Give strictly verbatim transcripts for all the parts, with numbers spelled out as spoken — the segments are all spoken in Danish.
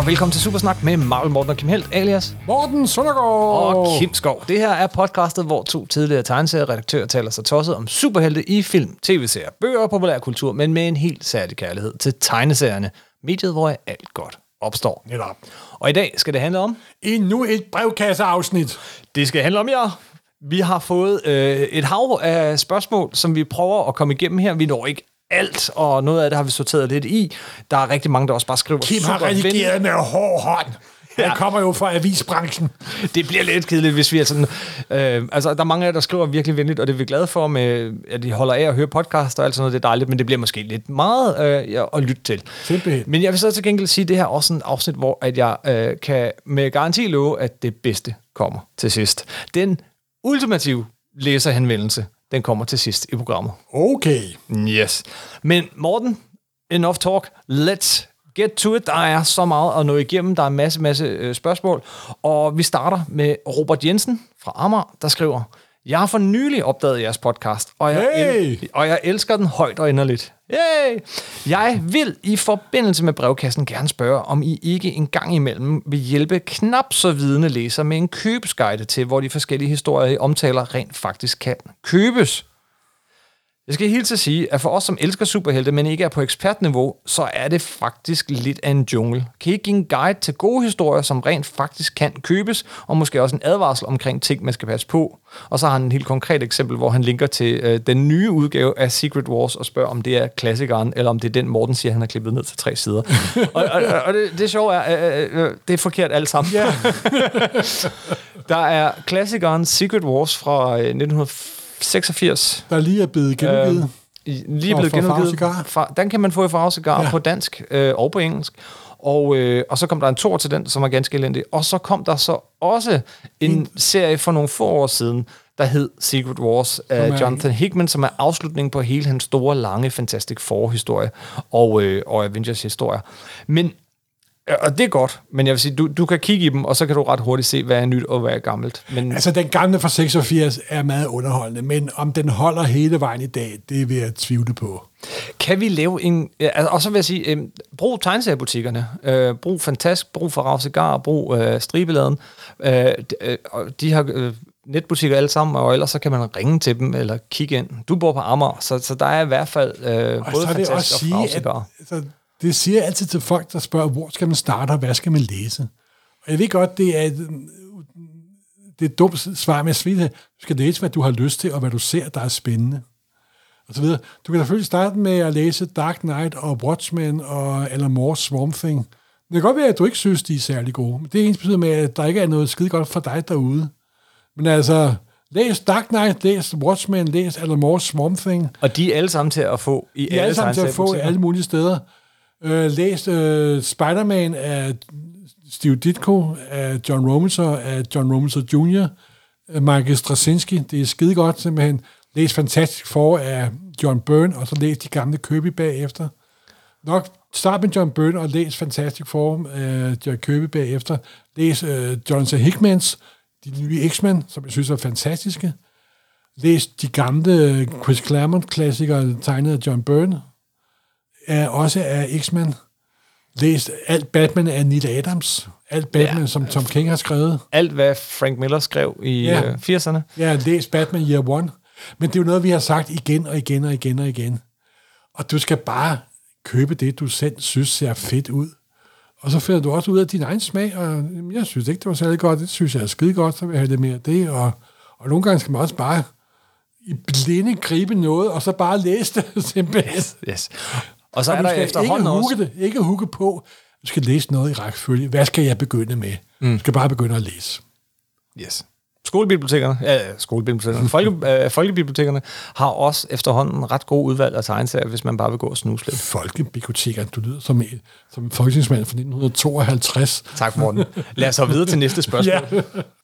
og velkommen til Supersnak med Marvel, Morten og Kim Helt, alias Morten Søndergaard og Kim Skov. Det her er podcastet, hvor to tidligere tegneserieredaktører taler sig tosset om superhelte i film, tv-serier, bøger og populærkultur, men med en helt særlig kærlighed til tegneserierne. Mediet, hvor alt godt opstår. Netop. Og i dag skal det handle om... Endnu et brevkasseafsnit. Det skal handle om jer. Vi har fået øh, et hav af spørgsmål, som vi prøver at komme igennem her. Vi når ikke alt, og noget af det har vi sorteret lidt i. Der er rigtig mange, der også bare skriver... Kim har redigeret med hård hånd. Han ja. kommer jo fra avisbranchen. Det bliver lidt kedeligt, hvis vi er sådan... Øh, altså, der er mange af jer, der skriver virkelig venligt, og det er vi glade for, med, at de holder af at høre podcast og alt sådan noget. Det er dejligt, men det bliver måske lidt meget øh, ja, at lytte til. Simpelthen. Men jeg vil så til gengæld sige, at det her er også en afsnit, hvor at jeg øh, kan med garanti love, at det bedste kommer til sidst. Den ultimative læserhenvendelse, den kommer til sidst i programmet. Okay. Yes. Men Morten, enough talk. Let's get to it. Der er så meget at nå igennem. Der er en masse, masse øh, spørgsmål. Og vi starter med Robert Jensen fra Amager, der skriver: Jeg har for nylig opdaget jeres podcast, og jeg, hey! el- og jeg elsker den højt og inderligt. Yay! Jeg vil i forbindelse med brevkassen gerne spørge, om I ikke en gang imellem vil hjælpe knap så vidende læsere med en købesguide til, hvor de forskellige historier, I omtaler, rent faktisk kan købes. Jeg skal helt til sige, at for os, som elsker superhelte, men ikke er på ekspertniveau, så er det faktisk lidt af en jungle. Kan I give en guide til gode historier, som rent faktisk kan købes, og måske også en advarsel omkring ting, man skal passe på? Og så har han et helt konkret eksempel, hvor han linker til øh, den nye udgave af Secret Wars, og spørger, om det er klassikeren, eller om det er den, Morten siger, han har klippet ned til tre sider. og og, og det, det sjove er, øh, øh, det er forkert alt sammen. Ja. Der er klassikeren Secret Wars fra øh, nitten seksogfirs. Der lige er blevet genudgivet. Øh, lige er blevet genudgivet. Fra, den kan man få i Farve Cigar ja. på dansk øh, og på engelsk. Og, øh, og så kom der en toer til den, som var ganske elendig. Og så kom der så også en, en serie for nogle få år siden, der hed Secret Wars af Jonathan Hickman, som er afslutningen på hele hans store, lange Fantastic Four-historie og, øh, og Avengers-historier. Men og det er godt, men jeg vil sige, du, du kan kigge i dem, og så kan du ret hurtigt se, hvad er nyt og hvad er gammelt. Men altså, den gamle fra seksogfirs er meget underholdende, men om den holder hele vejen i dag, det vil jeg tvivle på. Kan vi lave en... Altså, og så vil jeg sige, øh, brug tegneseriebutikkerne. Øh, brug Fantastisk, brug Farve Cigar, brug øh, Stribeladen. Øh, de, øh, de har øh, netbutikker alle sammen, og ellers så kan man ringe til dem, eller kigge ind. Du bor på Amager, så, så der er i hvert fald øh, både Fantastisk og Farve Cigar. At, det siger jeg altid til folk, der spørger, hvor skal man starte, og hvad skal man læse? Og jeg ved godt, det er et, det er et dumt svar, men jeg siger, du skal læse, hvad du har lyst til, og hvad du ser, der er spændende. Og så videre. Du kan selvfølgelig starte med at læse Dark Knight og Watchmen og Alan Moore's Swamp Thing. Det kan godt være, at du ikke synes, de er særlig gode, men det er ens betyder med, at der ikke er noget skide godt for dig derude. Men altså, læs Dark Knight, læs Watchmen, læs Alan Moore's Swamp Thing. Og de er alle sammen til at få i de alle, alle sammen til at få i alle mulige steder. Uh, læs uh, Spider-Man af Steve Ditko, af John Romita, af John Romita junior, uh, Michael Straczynski, det er skide godt simpelthen. Læs Fantastic Four af John Byrne, og så læs de gamle Kirby bagefter. Nok start med John Byrne og læs Fantastic Four af John Kirby bagefter. Læs uh, Jonathan Hickmans, de nye X-Men, som jeg synes er fantastiske. Læs de gamle Chris Claremont-klassikere, tegnet af John Byrne, er også af X-Men. Læs alt Batman af Neil Adams. Alt Batman, ja, som Tom King har skrevet. Alt, hvad Frank Miller skrev i ja. øh, firserne. Ja, læs Batman Year One. Men det er jo noget, vi har sagt igen og igen og igen og igen. Og du skal bare købe det, du selv synes ser fedt ud. Og så finder du også ud af din egen smag, og jeg synes ikke, det var særlig godt. Det synes jeg er skide godt, så vil jeg have lidt mere af det. Og, og nogle gange skal man også bare i blinde gribe noget, og så bare læse det simpelthen. Yes, yes. Og så og er der efterhånden ikke også... Det, ikke hugge på. Du skal læse noget i rækkefølge. Hvad skal jeg begynde med? Mm. Du skal bare begynde at læse. Yes. Skolebibliotekerne, ja, skolebibliotekerne, folke, øh, folkebibliotekerne har også efterhånden ret god udvalg af tegneserier, hvis man bare vil gå og snuse lidt. Folkebibliotekerne, du lyder som en, som en folketingsmand fra nitten tooghalvtreds. Tak, Morten. Lad os så videre til næste spørgsmål. Ja.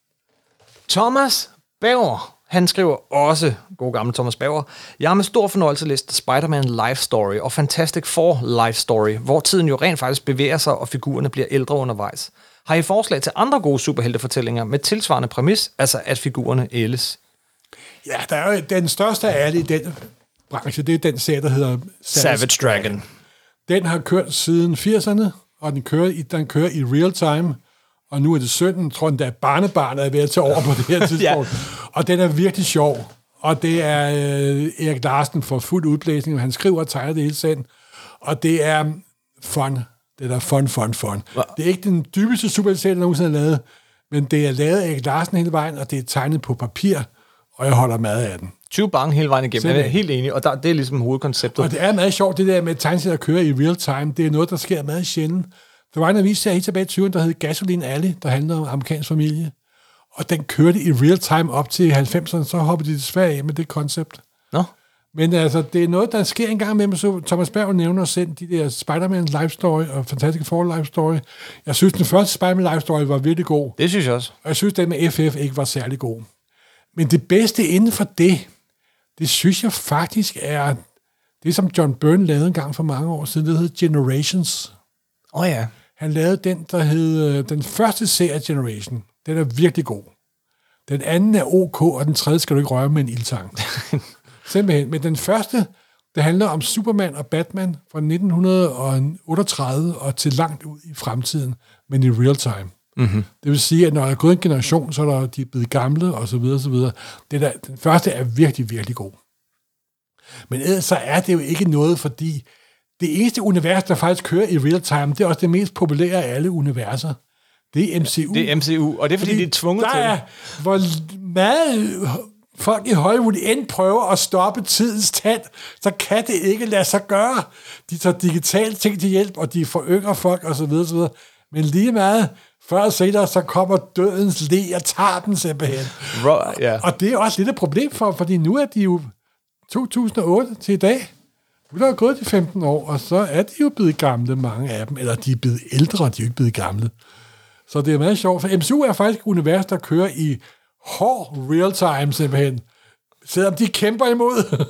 Thomas Bauer, han skriver også, god gammel Thomas Bauer, jeg har med stor fornøjelse læst Spider-Man Life Story og Fantastic Four Life Story, hvor tiden jo rent faktisk bevæger sig, og figurerne bliver ældre undervejs. Har I forslag til andre gode superheltefortællinger med tilsvarende præmis, altså at figurerne ældes? Ja, der er jo den største af alle i den branche, det er den serie, der hedder Savage, Savage Dragon. Dragon. Den har kørt siden firserne, og den kører, i, den kører i real time, og nu er det sytten, tror jeg, der er barnebarnet er ved at tage over på det her tidspunkt. ja. Og den er virkelig sjov. Og det er øh, Erik Larsen for fuld udblæsning, han skriver og tegner det hele selv. Og det er fun. Det er der fun, fun, fun. Hva? Det er ikke den dybeste superserie, der nogensinde er lavet, men det er lavet af Erik Larsen hele vejen, og det er tegnet på papir, og jeg holder meget af den. tyve bange hele vejen igennem, jeg er helt enig, og der, det er ligesom hovedkonceptet. Og det er meget sjovt, det der med tegneserier, der kører i real time, det er noget, der sker meget sjældent. Der var en avisserie helt tilbage i tyverne, der hed Gasoline Alley, der handler om amerikansk familie, og den kørte i real time op til halvfemserne, så hoppede de desværre af med det koncept. Nå. Men altså, det er noget, der sker en gang med, så Thomas Berg nævner selv de der Spider-Man Life Story og Fantastic Four Life Story. Jeg synes, den første Spider-Man Life Story var virkelig god. Det synes jeg også. Og jeg synes, den med F F ikke var særlig god. Men det bedste inden for det, det synes jeg faktisk er det, som John Byrne lavede en gang for mange år siden, det hed Generations. Åh oh, ja. Han lavede den, der hed den første serie Generation. Den er virkelig god. Den anden er ok, og den tredje skal du ikke røre med en ildtang. Simpelthen. Men den første, det handler om Superman og Batman fra nitten otteogtredive og til langt ud i fremtiden, men i real time. Mm-hmm. Det vil sige, at når der er gået en generation, så er der, de er blevet gamle, og så videre, og så videre. Det der, den første er virkelig, virkelig god. Men ellers så er det jo ikke noget, fordi det eneste univers, der faktisk kører i real time, det er også det mest populære af alle universer. Det er M C U. Det er M C U, og det er fordi, fordi de er tvunget til det. Hvor meget folk i Hollywood end prøver at stoppe tidens tand, så kan det ikke lade sig gøre. De tager digitale ting til hjælp, og de forynger folk, og så videre, så videre. Men lige meget, før og senere, så kommer dødens le og tager den simpelthen. Right, yeah. Og det er også lidt et problem for, fordi nu er de jo to tusind og otte til i dag. Nu er der gået de femten år, og så er de jo blevet gamle, mange af dem. Eller de er blevet ældre, de er jo ikke blevet gamle. Så det er meget sjovt, for M C U er faktisk et univers, der kører i hård real-time simpelthen, selvom de kæmper imod.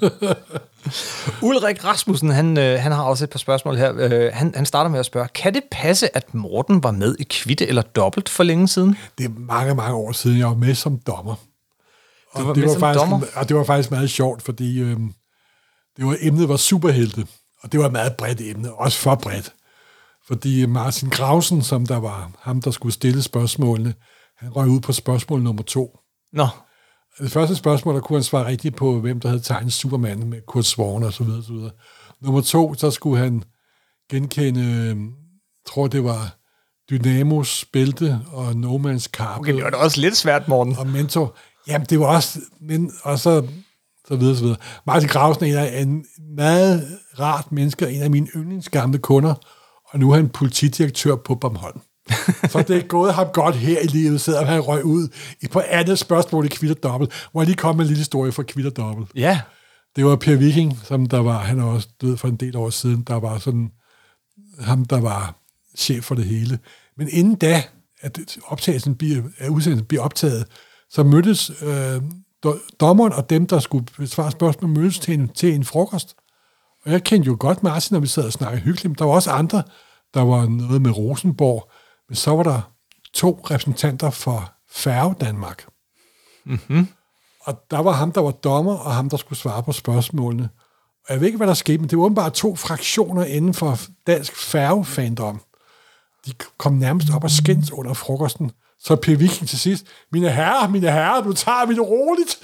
Ulrik Rasmussen, han, øh, han har også et par spørgsmål her. Øh, han, han starter med at spørge, kan det passe, at Morten var med i Kvitte eller Dobbelt for længe siden? Det er mange, mange år siden, jeg var med som dommer. Og du var det med var som faktisk, dommer? Og det var faktisk meget sjovt, fordi øh, det var, emnet var superhelte, og det var et meget bredt emne, også for bredt. Fordi Martin Grausen, som der var ham, der skulle stille spørgsmålene, han røg ud på spørgsmål nummer to. Nå. Det første spørgsmål, der kunne han svare rigtigt på, hvem der havde tegnet Superman med Kurt Swan og så videre, så videre. Nummer to, så skulle han genkende, jeg tror det var Dynamos bælte og No Man's Carpet. Okay, det var da også lidt svært, Morten. Og mentor. Jamen, det var også, men, og så, så videre, så videre. Martin Grausen er en meget rart menneske, en af mine yndlingsgamle kunder, og nu er han politidirektør på Bornholm. Så det er gået ham godt her i livet, selvom han røg ud i på andet spørgsmål i Kvitt og Dobbelt, hvor jeg lige kom med en lille historie fra Kvitt og Dobbelt. Ja. Det var Per Viking, som der var, han er også død for en del år siden, der var sådan, ham der var chef for det hele. Men inden da, at optagelsen bliver, at udsendelsen bliver optaget, så mødtes øh, dommeren og dem, der skulle besvare spørgsmål, mødtes til en, til en frokost. Og jeg kendte jo godt Martin, når vi sad og snakkede hyggeligt, men der var også andre. Der var noget med Rosenborg, men så var der to repræsentanter for Færge Danmark. Mm-hmm. Og der var ham, der var dommer, og ham, der skulle svare på spørgsmålene. Og jeg ved ikke, hvad der skete, men det var åbenbart to fraktioner inden for dansk færgefandom. De kom nærmest op og skændes under frokosten. Så Per Viking til sidst, mine herrer, mine herrer, du tager mig det roligt.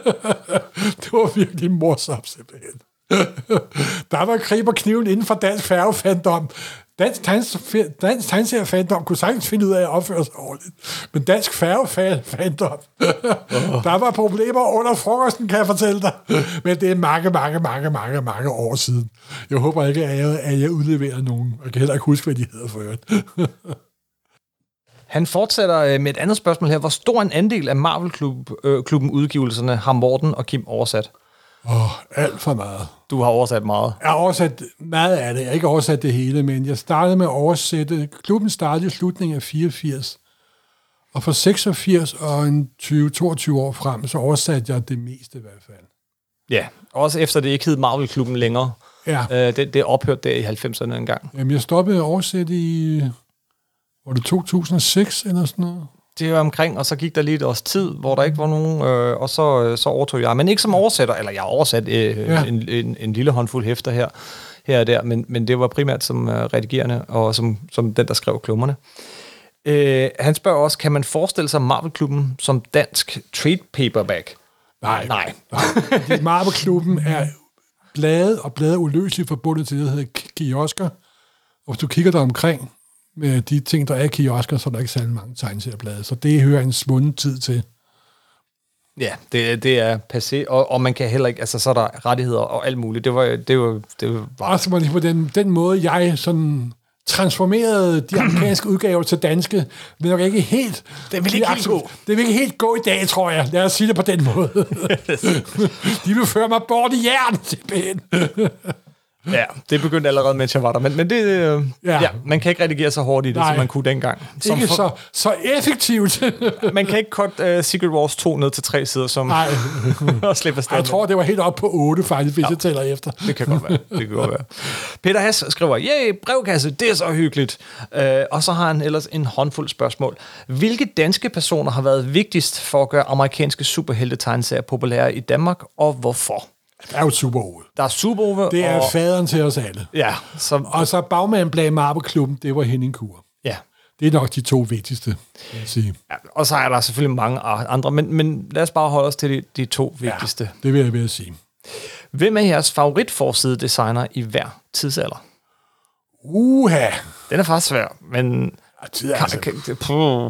Det var virkelig morsomt simpelthen. Der var krig på kniven inden for dansk færgefandom. Dansk, dansk tegneseriefandom kunne sagtens finde ud af at opføre sig ordentligt. Men dansk færgefandom, oh. Der var problemer under frokosten, kan jeg fortælle dig. Men det er mange, mange, mange, mange, mange år siden. Jeg håber ikke, at jeg, at jeg udleverer nogen. Jeg kan heller ikke huske, hvad de hedder for øvrigt. Han fortsætter med et andet spørgsmål her. Hvor stor en andel af Marvel-klubben udgivelserne har Morten og Kim oversat? Åh, oh, alt for meget. Du har oversat meget. Jeg har oversat meget af det. Jeg har ikke oversat det hele, men jeg startede med at oversætte. Klubben startede i slutningen af fireogfirs. Og fra seksogfirs og en tyve til toogtyve år frem, så oversatte jeg det meste i hvert fald. Ja, også efter det ikke hed Marvel-klubben længere. Ja. Øh, det, det ophørte der i halvfemserne engang. Jamen, jeg stoppede at oversætte i... Var det to tusind og seks eller sådan noget? Det var omkring, og så gik der lige et års tid, hvor der ikke var nogen, øh, og så, så overtog jeg. Men ikke som oversætter, eller jeg har oversat øh, ja. en, en, en lille håndfuld hæfter her. her og der, men, men det var primært som uh, redigerende, og som, som den, der skrev klummerne. Uh, han spørger også, kan man forestille sig Marvel-klubben som dansk trade paperback? Nej. Nej. Nej. Marvel-klubben er blade og blade uløseligt forbundet til det, der hedder kiosker. Og hvis du kigger der omkring med de ting, der er i kiosker, så er der ikke særlig mange tegneserieblade. Så det hører en svunden tid til. Ja, det, det er passé, og, og man kan heller ikke, altså så er der rettigheder og alt muligt. Det var, det var, det var også var det på den, den måde, jeg sådan transformerede de amerikanske udgaver til danske, vil nok ikke helt... Det vil ikke helt gå. Det vil ikke helt gå i dag, tror jeg. Lad os sige det på den måde. De vil føre mig bort i jern, simpelthen. Ja, det begyndte allerede, mens jeg var der. Men, men det, øh, ja. Ja, man kan ikke redigere så hurtigt i det, Nej. som man kunne dengang. Som ikke for, så, så effektivt. man kan ikke cut uh, Secret Wars to ned til tre sider, som Nej. og slippe afsted. Jeg tror, det var helt op på otte, faktisk, hvis ja. jeg tæller efter. Det kan godt være. Det kan godt være. Peter Hass skriver, yeah, brevkasse, det er så hyggeligt. Uh, og så har han ellers en håndfuld spørgsmål. Hvilke danske personer har været vigtigst for at gøre amerikanske superhelte-tegneserier populære i Danmark, og hvorfor? Der er jo Super-Ove. Der er Super-Ove. Det er og, faderen til os alle. Ja. Som, og så bagmanden bag Marvel-klubben, det var Henning Kur. Ja. Det er nok de to vigtigste, vil jeg sige. Ja, og så er der selvfølgelig mange andre, men, men lad os bare holde os til de, de to vigtigste. Ja, det vil jeg ved sige. Hvem er jeres favoritforside-designer i hver tidsalder? Uha! Den er faktisk svær, men... Ja, tid er altså. Kan, kan,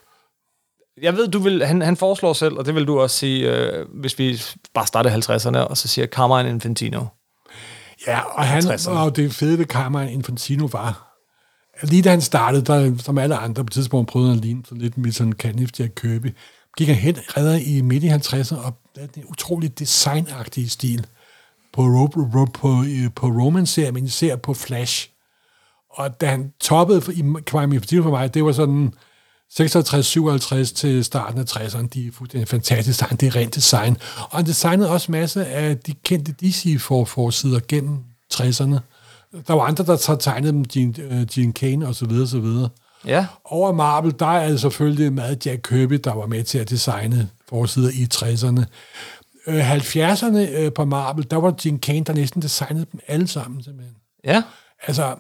jeg ved, du vil, han, han foreslår selv, og det vil du også sige, øh, hvis vi bare starter halvtredserne, og så siger Carmine Infantino. Ja, og, han, og det fede ved Carmine Infantino var, lige da han startede, der, som alle andre på tidspunkt prøvede at ligne sådan lidt med sådan Kenneth Jack Kirby, gik han hen redder i midt i halvtredserne og lavede en utrolig designagtige stil på, på, på, på romance-serien, men især på Flash. Og da han toppede i Carmine Infantino for mig, det var sådan seksoghalvtreds syvoghalvtreds til starten af tresserne. De er fuldstændig fantastisk design. Det er rent design. Og han designede også masser af de kendte D C-forsider gennem tresserne. Der var andre, der tegnede dem, Gene, uh, Gene Kane og så videre, så videre. Ja. Over Marvel, der er det selvfølgelig meget Jack Kirby, der var med til at designe forsider i tresserne. Uh, halvfjerdserne uh, på Marvel, der var Gene Kane, der næsten designede dem alle sammen, simpelthen. Ja. Altså...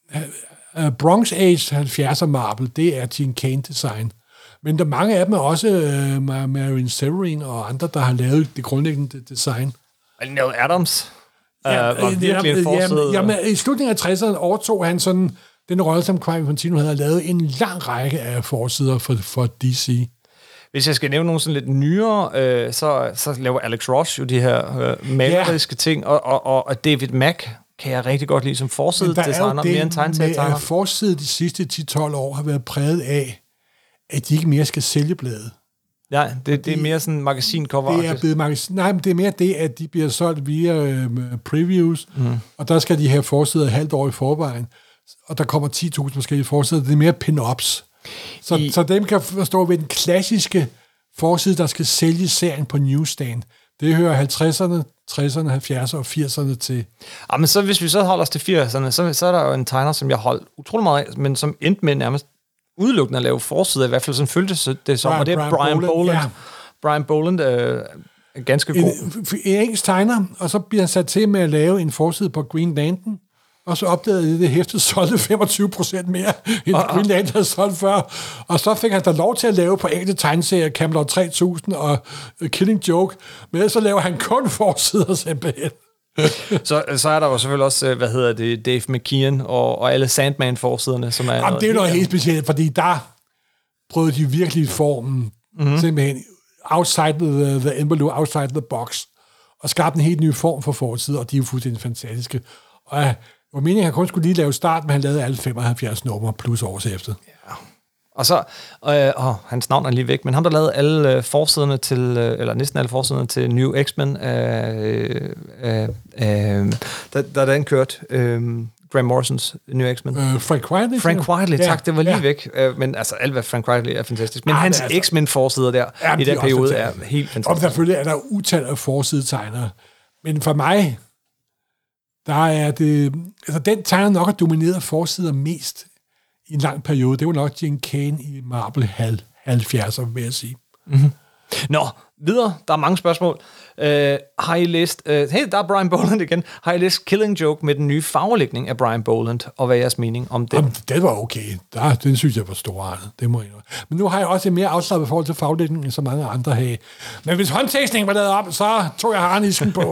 Uh, Bronze Age halvfjerdser Marvel, det er Gene Kane design. Men der mange af dem er også uh, Marion Severin og andre, der har lavet det grundlæggende design. Neil Adams uh, ja, var virkelig en forside. Jamen, jamen, i slutningen af tresserne overtog han sådan den rolle, som Carmine Infantino havde lavet en lang række af forsider for, for D C. Hvis jeg skal nævne nogle sådan lidt nyere, øh, så, så laver Alex Ross jo de her øh, maleriske ja. ting, og, og, og David Mack kan jeg rigtig godt lide som forside-designer, mere end tegneserietegner. Men forside de sidste ti til tolv år har været præget af, at de ikke mere skal sælge bladet. Nej, det, det er mere sådan magasin-cover. Det er blevet magasin. Nej, men det er mere det, at de bliver solgt via øh, previews, mm. og der skal de have forsider et halvt år i forvejen, og der kommer ti tusind forskellige forsider. Det er mere pin-ups. Så, I... så dem kan forstå ved den klassiske forside, der skal sælge serien på newsstand. Det hører halvtredserne, tresserne, halvfjerdserne og firserne til. Ja, men så hvis vi så holder os til firserne, så, så er der jo en tegner, som jeg holdt utrolig meget af, men som endte med nærmest udelukkende at lave forsider, i hvert fald sådan føltes det som, Brian, og det er Brian Brian Boland. Boland. Ja. Brian Boland øh, er ganske god. En, en engelsk tegner, og så bliver han sat til med at lave en forside på Green Lantern, og så opdagede det, det hæftet solgte femogtyve procent mere, end og, Green Lantern havde solgt før. Og så fik han da lov til at lave på enkelte tegneserier, Camelot tre tusind og uh, Killing Joke, men så laver han kun forsider simpelthen. så, så er der jo selvfølgelig også, hvad hedder det, Dave McKean og, og alle Sandman-forsiderne, som er... Jamen, noget det er noget helt specielt, fordi der prøvede de virkelig formen, mm-hmm. simpelthen outside the, the envelope, outside the box, og skabte en helt ny form for forsider, og de er jo fuldstændig fantastiske. Og uh, og meningen, han kun skulle lige lave start, men han lavede alle femoghalvfjerds numre plus års efter. Ja. Og så, øh, åh, hans navn er lige væk, men ham, der lavede alle øh, forsiderne til, øh, eller næsten alle forsiderne til New X-Men, øh, øh, øh, da, da den kørte, øh, Graham Morrisons New X-Men. Øh, Frank Whiteley. Frank Whiteley, tak, det var lige ja. væk. Øh, men altså, alt hvad Frank Whiteley er fantastisk. Men ah, hans altså, X-Men-forsider der, ja, i den periode, er helt fantastisk. Og selvfølgelig er der utal af forsidetegnere. Men for mig... Der er det... Altså, den tegner nok har domineret forsider mest i en lang periode. Det var nok Gene Kane i Marvel halvfjerdser, vil jeg sige. Mm-hmm. Nå, Videre, der er mange spørgsmål. Uh, har I læst... Uh, hey, der er Brian Boland igen. Har I læst Killing Joke med den nye farvelægning af Brian Boland, og hvad er jeres mening om det? Jamen, det var okay. Der, den synes jeg var storartet. Det må jeg indrømme. Men nu har jeg også et mere afslappet forhold til farvelægningen, end så mange andre har. Men hvis håndtekstningen var lavet op, så tog jeg harnisken på.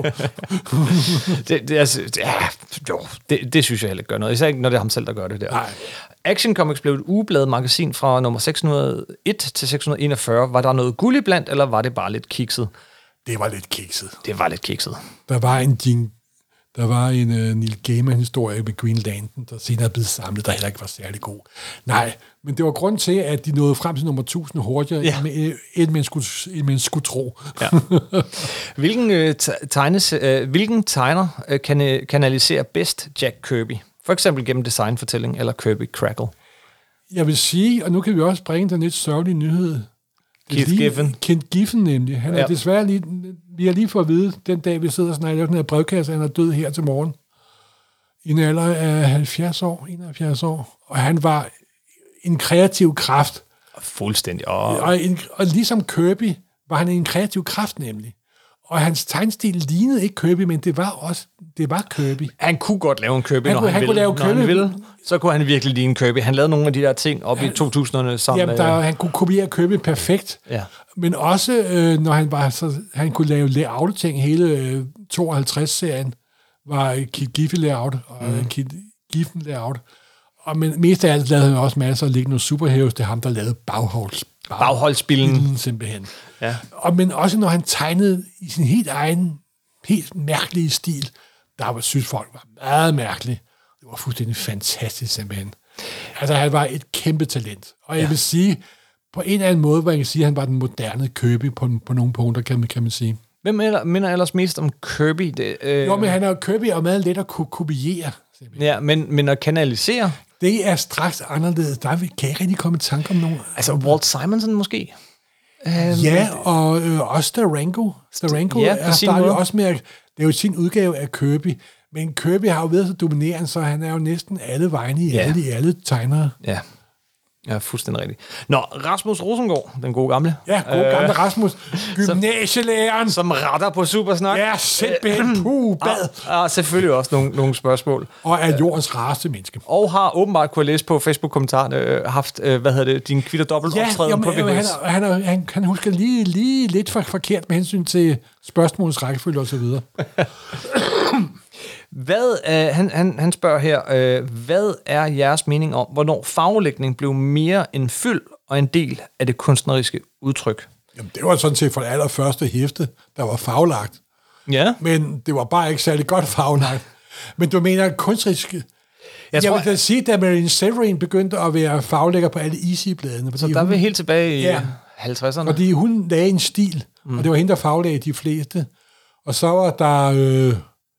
det, det, altså, ja, jo, det, det synes jeg heller ikke gør noget. Især ikke, når det er ham selv, der gør det der. Nej. Action Comics blev et ugebladet magasin fra nummer seks hundrede og en til seks hundrede og enogfyrre. Var der noget guld iblandt, eller var det bare lidt kikset? Det var lidt kikset. Det var lidt kikset. Der var en Jean, der var en uh, Neil Gaiman-historie med Green Lantern, der senere er blevet samlet, der heller ikke var særlig god. Nej, men det var grund til, at de nåede frem til nummer tusind hurtigere, ja. end man skulle, man skulle tro. Ja. hvilken, øh, tegnes, øh, hvilken tegner øh, kan, kanaliserer bedst Jack Kirby? For eksempel gennem designfortælling eller Kirby Crackle? Jeg vil sige, og nu kan vi også bringe den lidt sørgelige nyhed. Keith lige, Giffen. Kent Giffen nemlig. Han er ja. desværre lige... Vi har lige fået at vide, den dag vi sidder og snakker, den her brevkasse, han er død her til morgen. I en alder af halvfjerds år, enoghalvfjerds år. Og han var en kreativ kraft. Fuldstændig. Og, og, en, og ligesom Kirby var han en kreativ kraft nemlig. Og hans tegnstil lignede ikke Kirby, men det var også det var Kirby. Han kunne godt lave en Kirby, han når, kunne, han, han, ville, kunne lave når han ville. Så kunne han virkelig ligne Kirby. Han lavede nogle af de der ting op han, i to tusinderne sammen jamen, der, han kunne kopiere Kirby perfekt. Ja. Men også, øh, når han var så... Han kunne lave layout-ting. Hele øh, tooghalvtreds-serien var Keith Giffen layout, og mm. Keith Giffen layout. Og men mest af alt lavede han også masser af liggende superheroes. Det er ham, der lavede Bagholds. Bagholdsspillen. Simpelthen. Ja. Og, men også når han tegnede i sin helt egen, helt mærkelige stil, der var, synes folk var meget mærkeligt. Det var fuldstændig fantastisk simpelthen. Altså, han var et kæmpe talent. Og jeg ja. vil sige, på en eller anden måde, hvor jeg kan sige, at han var den moderne Kirby på, på nogle punkter, kan man, kan man sige. Hvem minder ellers mest om Kirby? Det, øh... Jo, men han er jo Kirby og meget let at kunne kopiere. Simpelthen. Ja, men, men at kanalisere? Det er straks anderledes. Der kan jeg ikke rigtig komme i tanke om nogen. Altså Walt Simonson måske? Ja, og øh, også Steranko. Steranko ja, er startet også med, at det er jo sin udgave af Kirby. Men Kirby har jo været så dominerende, så han er jo næsten alle vegne i, ja. alle, i alle tegnere. Ja. Ja, fuldstændig rigtigt. Nå, Rasmus Rosengård, den gode gamle. Ja, gode gamle øh, Rasmus. Gymnasielæreren. Som, som retter på Supersnak. Ja, simpelthen. Puh, bad. Og, og selvfølgelig også nogle, nogle spørgsmål. Og er jordens rareste menneske. Og har åbenbart, kunne jeg læse på Facebook-kommentarerne, øh, haft, øh, hvad hedder det, din kvitter dobbelt ja, optræden jamen, på V H S. Han, han, han, han husker lige, lige lidt for, forkert med hensyn til spørgsmålens rækkefølge og så videre. Hvad, øh, han, han, han spørger her, øh, hvad er jeres mening om, hvornår farvelægning blev mere en fyld og en del af det kunstneriske udtryk? Jamen, det var sådan set for det allerførste hæfte, der var farvelagt. Ja. Men det var bare ikke særlig godt farvelagt. Men du mener kunstnerisk... Jeg, jeg tror, vil da sige, da Marion Severin begyndte at være farvelægger på alle Easy-bladene. Så der er vi helt tilbage i ja, halvtredserne? Fordi hun lagde en stil, mm. og det var hende, der farvelagde de fleste. Og så var der... Øh,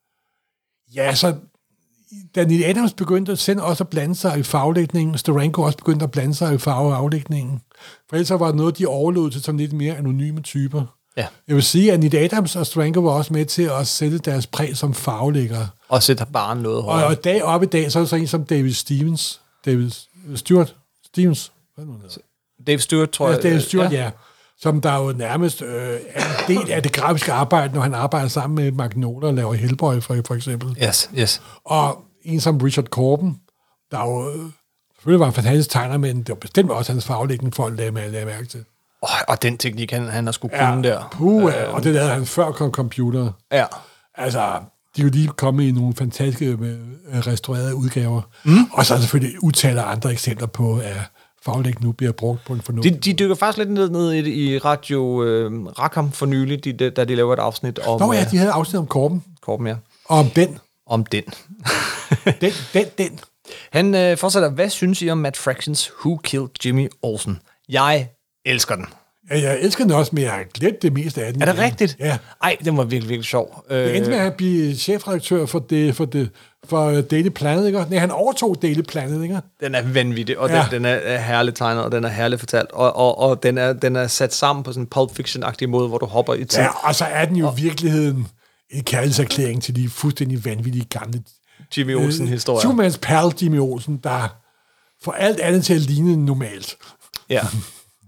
Ja, så da Neil Adams begyndte selv også at blande sig i farvelægningen, Steranko også begyndte at blande sig i farveaflægningen. For ellers var det noget, de overlod til sådan lidt mere anonyme typer. Ja. Jeg vil sige, at Neil Adams og Steranko var også med til at sætte deres præg som farvelæggere. Og sætte bare noget højere. Og, og dag op i dag, så er det så en som David Stevens. David Stewart? Stevens? Hvad er det, Dave Stewart, tror jeg. Ja, David Stewart, ja. ja. Som der jo nærmest øh, er en del af det grafiske arbejde, når han arbejder sammen med Magnolia og laver Hellboy, for, for eksempel. Yes, yes. Og en som Richard Corben, der jo øh, selvfølgelig var en fantastisk tegner, men det var bestemt også hans farvelægning for at lade, lade mærke til. Oh, og den teknik, han, han har skulle ja, kunne der. Puh, ja, og det lavede han før kom computer. Ja. Altså, de er jo lige kommet i nogle fantastiske øh, restaurerede udgaver. Mm. Og så er selvfølgelig utallige andre eksempler på, at farvelægning nu bliver brugt på en fornuftig. De, de dykker faktisk lidt ned, ned i, i Radio øh, Rackham for nylig, de, de, da de laver et afsnit om... Nå ja, de havde et afsnit om Corben. Corben, ja. Og om den. Om den. den, den, den. Han øh, fortsætter, hvad synes I om Matt Fractions Who Killed Jimmy Olsen? Jeg elsker den. Ja, jeg elsker den også, men jeg har glemt det meste af den. Er det rigtigt? Ja. Ej, den var virkelig, virkelig sjov. Det endte med, at han blev chefredaktør for, det, for, det, for Daily Planet, ikke? Nej, han overtog Daily Planet, ikke? Den er vanvittig, og ja. den, den er herligt tegnet, og den er herligt fortalt, og, og, og den, er, den er sat sammen på sådan en Pulp Fiction-agtig måde, hvor du hopper i tid. Ja, og så er den jo i virkeligheden en kærlighedserklæring til de fuldstændig vanvittige gamle Jimmy Olsen-historier. Two-man's pal Jimmy Olsen, der får alt andet til at ligne normalt. Ja.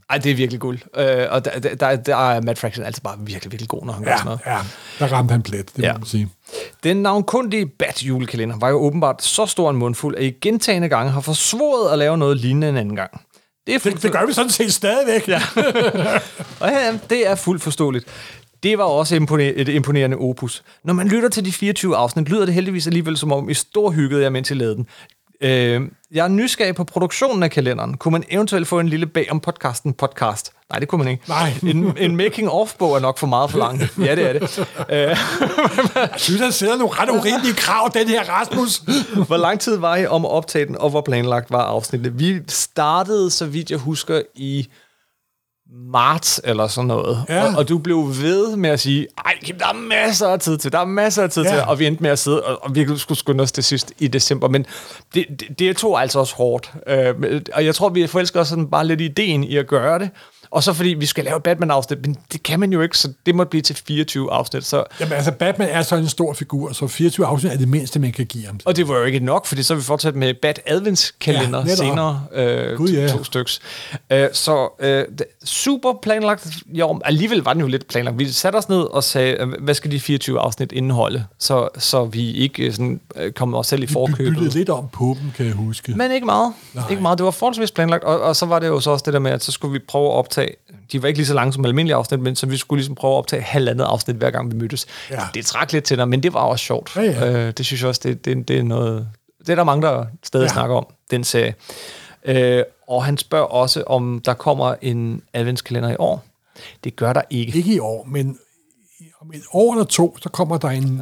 Ej, det er virkelig guld. Øh, og der, der, der er Matt Fraction altså bare virkelig, virkelig god, når han ja, gør sådan noget. Ja, der ramte han plet, det ja. må man sige. Den navnkundige Bat-julekalender var jo åbenbart så stor en mundfuld, at I gentagne gange har forsvoret at lave noget lignende en anden gang. Det, er det, det gør vi sådan set stadigvæk. Ja. Og ja, det er fuldt forståeligt. Det var også et imponerende opus. Når man lytter til de fireogtyve afsnit, lyder det heldigvis alligevel som om, I storhyggede jer mens I lavede den. Øh, jeg er nysgerrig på produktionen af kalenderen. Kunne man eventuelt få en lille bag om podcasten podcast? Nej, det kunne man ikke. Nej. En, en making-of-bog er nok for meget for langt. Ja, det er det. Jeg synes, der sidder nogle ret urimelige krav, den her Rasmus. Hvor lang tid var I om at optage den, og hvor planlagt var afsnittet? Vi startede, så vidt jeg husker, i marts eller sådan noget. Ja. Og, og du blev ved med at sige, ej, der er masser af tid til, der er masser af tid ja. til, og vi endte med at sidde, og, og vi skulle skynde os til sidst i december, men det, det, det tog altså også hårdt. Øh, og jeg tror, vi forelsker os sådan bare lidt ideen i at gøre det, og så fordi vi skal lave Batman-afsnit, men det kan man jo ikke, så det må blive til fireogtyve afsnit. Så. Jamen altså, Batman er så en stor figur, så fireogtyve afsnit er det mindste, man kan give ham. Og det var jo ikke nok, fordi så har vi fortsat med Bat-adventskalender ja, senere, øh, Gud, ja. to styks. Øh, så øh, super planlagt, jo, alligevel var den jo lidt planlagt. Vi satte os ned og sagde, hvad skal de fireogtyve afsnit indeholde, så, så vi ikke sådan, kom os selv i forkøbet. Vi byttede lidt om på dem, kan jeg huske. Men ikke meget. Ikke meget. Det var forholdsvis planlagt, og, og så var det jo så også det der med, at så skulle vi prøve at optage. De var ikke lige så lange som almindelige afsnit, men så vi skulle ligesom prøve at optage halvandet afsnit, hver gang vi mødtes. Ja. Det trak lidt til dig, men det var også sjovt. Ja, ja. Øh, det synes jeg også, det, det, det er noget... Det er der mange, der stadig ja. snakker om, den serie. Øh, og han spørger også, om der kommer en adventskalender i år. Det gør der ikke. Ikke i år, men om et år eller to, så kommer der en...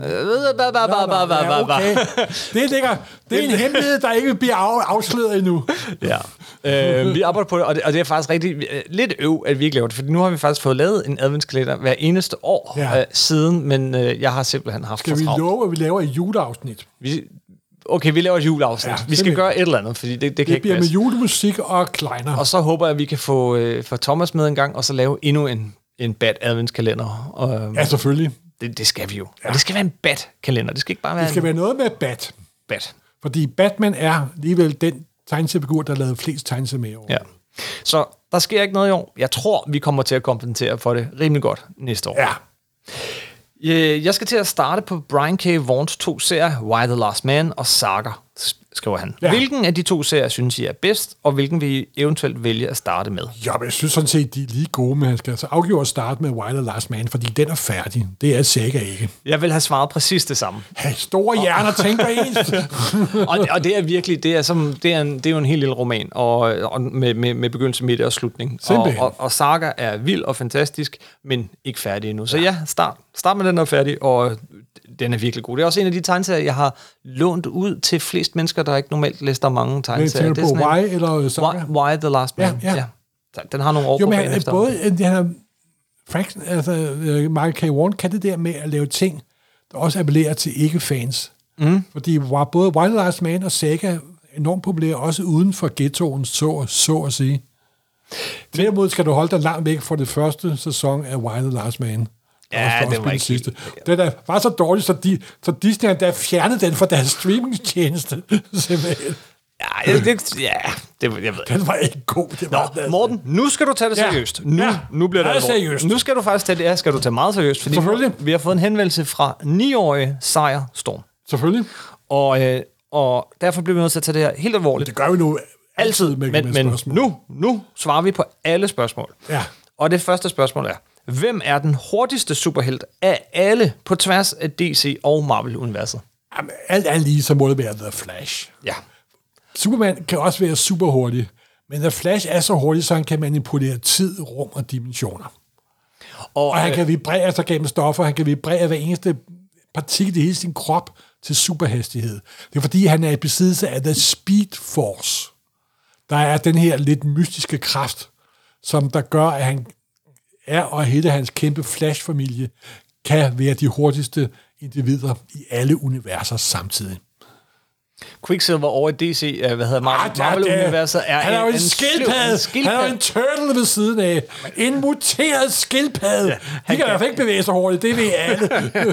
Okay. Det ligger... Det er en hemmelighed, der ikke bliver afsløret endnu. Ja. Øh, vi arbejder på det, og det, og det er faktisk rigtig lidt øv, at vi ikke laver det, for nu har vi faktisk fået lavet en adventskalender hver eneste år ja. øh, siden, men øh, jeg har simpelthen haft Skal vi love, at vi laver et juleafsnit? Vi, okay, vi laver et juleafsnit. Ja, vi skal gøre et eller andet, fordi det, det, det kan det ikke bliver passe. Med julemusik og kleiner. Og så håber jeg, at vi kan få, øh, få Thomas med en gang, og så lave endnu en, en Bat-adventskalender. Og, ja, selvfølgelig. Det, det skal vi jo. Ja. Og det skal være en Bat-kalender. Det skal ikke bare være Det skal en... være noget med Bat. Bat. Fordi Batman er alligevel den tegneseriefigur, der har lavet flest tegneserier med i år. Ja. Så der sker ikke noget i år. Jeg tror, vi kommer til at kompensere for det rimelig godt næste år. Ja. Jeg skal til at starte på Brian K. Vaughns to serier, Why the Last Man og Saga, skriver han. Ja. Hvilken af de to serier synes I er bedst, og hvilken vil I eventuelt vælge at starte med? Ja, men jeg synes sådan set, de er lige gode, men han skal altså afgjort at starte med Why the Last Man, fordi den er færdig. Det er Saga ikke. Jeg vil have svaret præcis det samme. Hey, store hjerner tænker ens. og, og det er virkelig, det er, som, det er, en, det er jo en helt lille roman, og, og med, med, med begyndelse, midt og slutning. Og, og, og Saga er vild og fantastisk, men ikke færdig endnu. Så ja, start, start med den, der er færdig, og den er virkelig god. Det er også en af de tegneserier, jeg har lånt ud til flest mennesker, der ikke normalt læser mange tegneserier. Det er på Why eller Saga? Why, Why the Last Man. Ja, ja. Ja. Den har nogle år jo, på banen efter. Både den her Frank, altså Michael K. Vaughn kan det der med at lave ting, der også appellerer til ikke-fans. Mm. Fordi både Why the Last Man og Saga er enormt populære, også uden for ghettoen, så, så at sige. Derimod skal du holde dig langt væk fra det første sæson af Why the Last Man. Ja, det var ikke sidste. Det der var så dårligt, så, de, så Disney der fjernede den fra deres streamingtjeneste. Simpelthen. Ja, det, ja, det jeg ved. Den var ikke god. Det var Nå, Morten, nu skal du tage det seriøst. Nu, ja. nu bliver det alvor. Seriøst. Nu skal du faktisk tage det, ja, skal du tage meget seriøst, fordi vi har fået en henvendelse fra niårige Sejr Storm. Selvfølgelig. Og, øh, og derfor bliver vi nødt til at tage det her helt alvorligt. Det gør vi nu altid med, men, med men spørgsmål. nu, nu svarer vi på alle spørgsmål. Ja. Og det første spørgsmål er, hvem er den hurtigste superhelt af alle på tværs af D C og Marvel-universet? Jamen, alt er lige, så må det være The Flash. Ja. Superman kan også være super hurtig, men The Flash er så hurtig, så han kan manipulere tid, rum og dimensioner. Og, og han øh, kan vibrere sig gennem stoffer, han kan vibrere hver eneste partikel i hele sin krop til superhastighed. Det er fordi, han er i besiddelse af The Speed Force. Der er den her lidt mystiske kraft, som der gør, at han er, og hele hans kæmpe Flash-familie kan være de hurtigste individer i alle universer samtidig. Quicksilver over i D C, hvad hedder Marvel, ah, Marvel-universet, er han er jo en, en skildpadde. Han er jo en turtle ved siden af. En muteret skildpadde. Ja, de kan i hvert fald ikke bevæge sig hurtigt, det ved alle.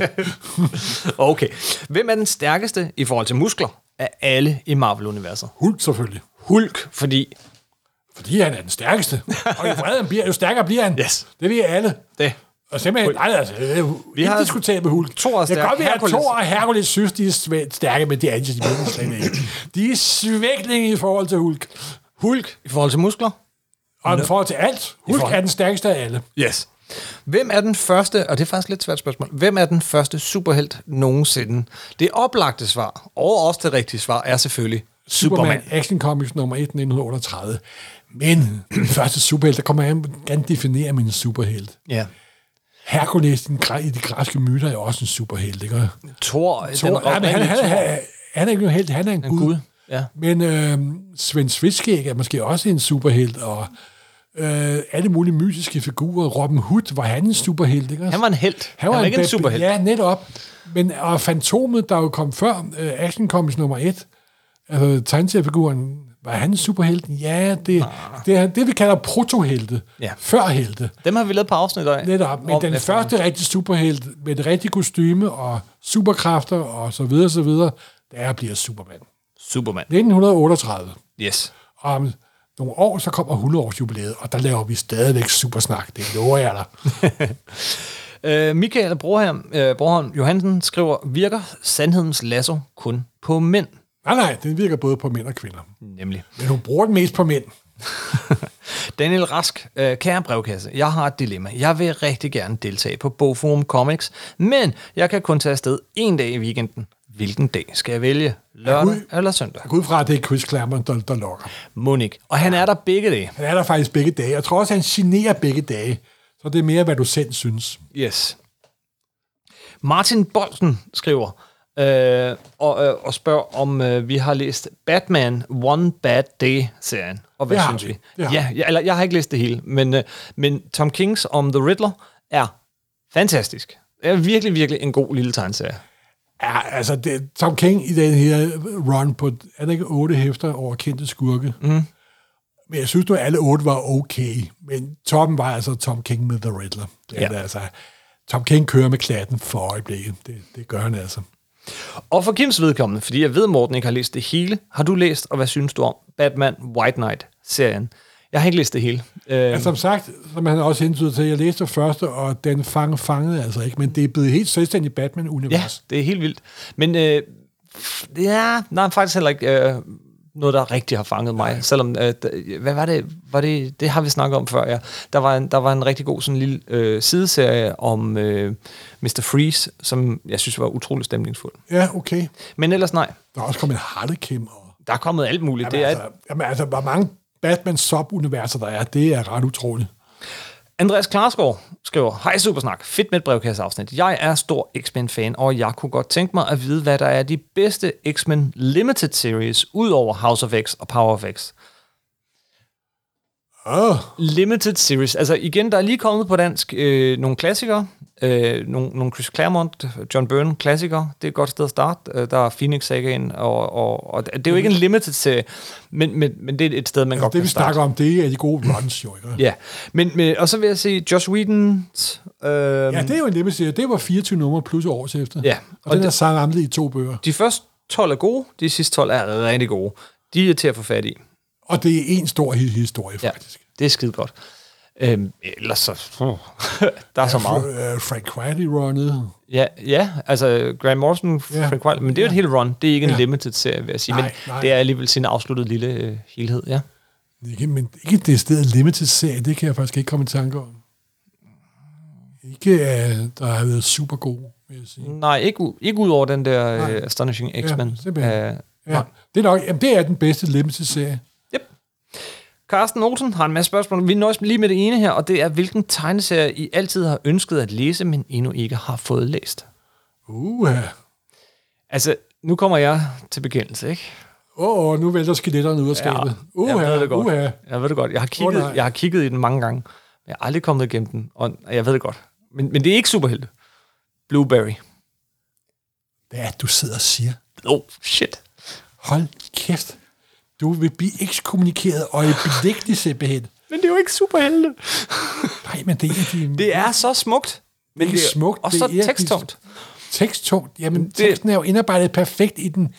Okay. Hvem er den stærkeste i forhold til muskler af alle i Marvel-universet? Hulk selvfølgelig. Hulk, fordi... Fordi han er den stærkeste. Og jo vred han bliver, jo stærkere bliver han. Yes. Det ved alle. Det. Og simpelthen, nej, altså, det er Vi har diskuteret med Hulk. Thor er det kan stærk. godt være, at Hercules. Thor og Hercules synes, de er svæ- stærke, men de er ikke. De er svæklinge i forhold til Hulk. Hulk i forhold til muskler. Og i forhold til alt. Hulk forhold- er den stærkeste af alle. Yes. Hvem er den første, og det er faktisk lidt svært spørgsmål, hvem er den første superhelt nogensinde? Det oplagte svar, og også det rigtige svar, er selvfølgelig Superman. Superman, Action Comics nummer et, nitten otteogtredive. Men den første superhelt, der kommer jeg gerne definere min superhelt. Ja. Hercules den græ- i de græske myter er også en superhelt, ikke? Thor, Thor, den ja, men han, han, han, han er ikke en helt, han er en, en gud. gud. Ja. Men øh, Svend Svidskæg er måske også en superhelt, og øh, alle mulige mytiske figurer. Robin Hood, var han en superhelt, ikke? Han var en helt. Han var, han var ikke en superhelt. Ja, netop. Men og Fantomet, der jo kom før øh, Action Comics nummer et, altså tegneseriefiguren, var han en superhelt? Ja, det, ah. det er det, vi kalder protohelte. Ja. Førhelte. Dem har vi lavet på afsnit af. Netop. Men om den efter. første rigtige superhelt, med det rigtige kostyme og superkræfter og så videre, så videre, der bliver Superman. Superman. nitten otteogtredive. Yes. Og om nogle år, så kommer hundrede års jubilæet, og der laver vi stadigvæk supersnak. Det lover jeg dig. uh, Michael Broholm, uh, Broholm Johansen skriver, virker sandhedens lasso kun på mænd? Nej, nej, den virker både på mænd og kvinder. Nemlig. Men hun bruger den mest på mænd. Daniel Rask, øh, kære brevkasse, jeg har et dilemma. Jeg vil rigtig gerne deltage på Bogforum Comics, men jeg kan kun tage afsted en dag i weekenden. Hvilken dag skal jeg vælge? Lørdag Jeg eller søndag? Jeg går ud fra, at det er Chris Claremont, der, der lokker. Monik. Og han er der begge dage. Han er der faktisk begge dage. Jeg tror også, han generer begge dage. Så det er mere, hvad du selv synes. Yes. Martin Bolsen skriver øh, og, øh, og spørger, om øh, vi har læst Batman One Bad Day-serien. Og hvad Det har synes vi. vi? Det har Ja, ja, eller, jeg har ikke læst det hele, men, øh, men Tom Kings om The Riddler er fantastisk. Det er virkelig, virkelig en god lille tegneserie. Ja, altså, det, Tom King i den her run på, er der ikke otte hæfter over kendte skurke? Mm. Men jeg synes nu, at alle otte var okay. Men Tom var altså Tom King med The Riddler. Det er Ja. det, altså. Tom King kører med klatten for øjeblikket. Det, det gør han altså. Og for Kims vedkommende, fordi jeg ved, Morten ikke har læst det hele, har du læst, og hvad synes du om Batman White Knight-serien? Jeg har ikke læst det hele. Øh, Ja, som sagt, som han også hentyder til, jeg læste første, og den fang, fangede altså ikke, men det er blevet helt selvstændigt ja, Batman-univers. det er helt vildt. Men øh, ja, nej, faktisk heller ikke øh, noget, der rigtig har fanget mig. Selvom, øh, d- hvad var det? Var det? Det har vi snakket om før, ja. Der var en, der var en rigtig god sådan lille øh, sideserie om øh, mister Freeze, som jeg synes var utrolig stemningsfuld. Ja, okay. Men ellers nej. Der er også kommet en Harlequin. Og, Der er kommet alt muligt. jamen, Det er altså, jamen, altså, hvor mange Batman-sub-universer der er, det er ret utroligt. Andreas Klarsgaard skriver, hej Supersnak, fedt med et brevkasseafsnit. Jeg er stor X-Men-fan, og jeg kunne godt tænke mig at vide, hvad der er de bedste X-Men Limited Series, ud over House of X og Power of X. Oh. Limited Series. Altså igen, der er lige kommet på dansk øh, nogle klassikere. Øh, nogle, nogle Chris Claremont, John Byrne klassikere. Det er et godt sted at starte. Øh, der er Phoenix Sagaen, og, og, og det er jo ikke en limited serie, men, men, men det er et sted, man Altså, godt det, kan vi starte. snakker om, det er de gode runs, jo, ikke? Ja, men, men, og så vil jeg sige, Joss Whedons... Øh, Ja, det er jo en limited serie. Det var fireogtyve numre plus års efter. Ja. Og, Og og den det- er samlet i to bøger. De første tolv er gode, de sidste tolv er rigtig gode. De er til at få fat i. Og det er en stor hi- historie, Ja, faktisk. det er skide godt. Øhm, ellers så... Uh, der er så meget. Fr- uh, Frank Wiley-runnet. Ja, ja, altså Grant Morrison, Ja. Frank Wilder, men det er jo et helt run. Det er ikke en Ja. limited serie, vil jeg sige. Nej, men nej. det er alligevel sin afsluttede lille øh, helhed, ja. Ikke, men ikke det sted limited serie, det kan jeg faktisk ikke komme i tanke om. Ikke, uh, der har været super gode, vil jeg sige. Nej, ikke, u- ikke ud over den der Nej. øh, Astonishing Ja, X-Men. simpelthen. Øh, Ja, det er nok, jamen, det er den bedste limited serie. Yep. Carsten Olsen har en masse spørgsmål. Vi nøjes lige med det ene her, og det er, hvilken tegneserie I altid har ønsket at læse, men endnu ikke har fået læst. Uh, Altså, nu kommer jeg til bekendelse, ikke? Åh, oh, nu vælter skeletterne ud af skabet. Uh, jeg ved det godt. Uh, Jeg ved det godt. Jeg har, kigget, nej. jeg har kigget i den mange gange. Men jeg har aldrig kommet igennem den, og jeg ved det godt. Men, men det er ikke superhelte. Blueberry. Hvad er det, du sidder og siger? Oh, shit. Hold kæft. Du vil blive ekskommunikeret øjeblikkeligt simpelthen. Men det er jo ikke superhelte. Nej, men det er de... Det er så smukt. Men det er smukt. Og det så er de- teksttungt. Teksttungt. Jamen, Det- teksten er jo indarbejdet perfekt i den,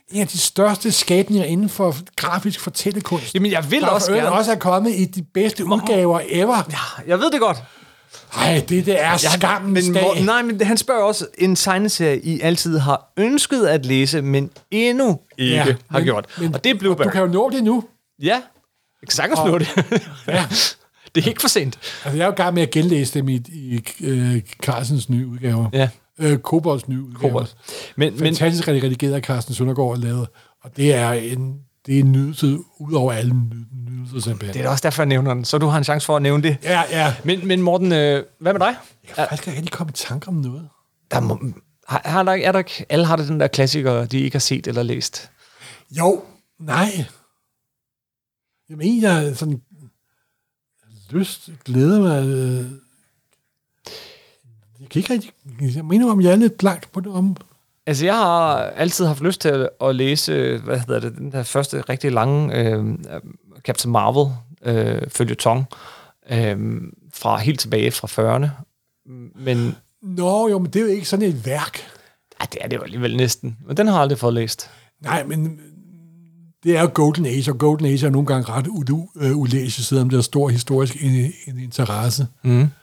en af de største skabninger inden for grafisk fortællekunst. Jamen, jeg vil der også gerne. også er kommet i de bedste udgaver ever. Ja, jeg ved det godt. Nej, det, det er skammens men, dag. Nej, men han spørger også, en tegneserie, I altid har ønsket at læse, men endnu ikke ja, har men, gjort. Men, og det er Blueberry. Du kan jo nå det nu. Ja, jeg kan sagtens nå det. Ja. Det er ikke for sent. Altså, jeg er jo i gang med at genlæse dem i, i uh, Carlsens nye udgaver. Ja. Uh, Kobolds nye udgaver. Kobold. Men, Fantastisk men, redigeret af Carsten Søndergaard lavet. Og det er en, det er en nydelse ud over alle nydelser simpelthen. Det er også derfor, jeg nævner den. Så du har en chance for at nævne det. Ja, ja. Men, men Morten, øh, hvad med dig? Jeg kan faktisk ikke rigtig komme i tanke om noget. Der må, har, har der, er der ikke, alle har det den der klassiker, de ikke har set eller læst? Jo, nej. Jeg mener, jeg sådan lyst, glæder mig. Øh, jeg kan ikke rigtig... Jeg mener, om jeg er lidt blankt på det om... Altså, jeg har altid haft lyst til at, at læse, hvad hedder det, den der første rigtig lange øh, Captain Marvel øh, føljeton øh, fra helt tilbage fra fyrrerne. Men... Nå, jo, men det er jo ikke sådan et værk. Ja, det er det jo alligevel næsten. Men den har jeg aldrig fået læst. Nej, men det er jo Golden Age, og Golden Age er nogle gange ret u- uh, ulæsigt, selvom det er stor historisk in- in- interesse. Mm. Uh,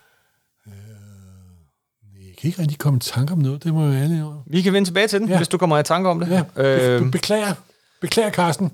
jeg kan ikke rigtig komme i tanke om noget, det må jeg ærlig over. Vi kan vende tilbage til den, ja. Hvis du kommer i tanke om det. Ja, øh, be- beklager. Beklager, Carsten.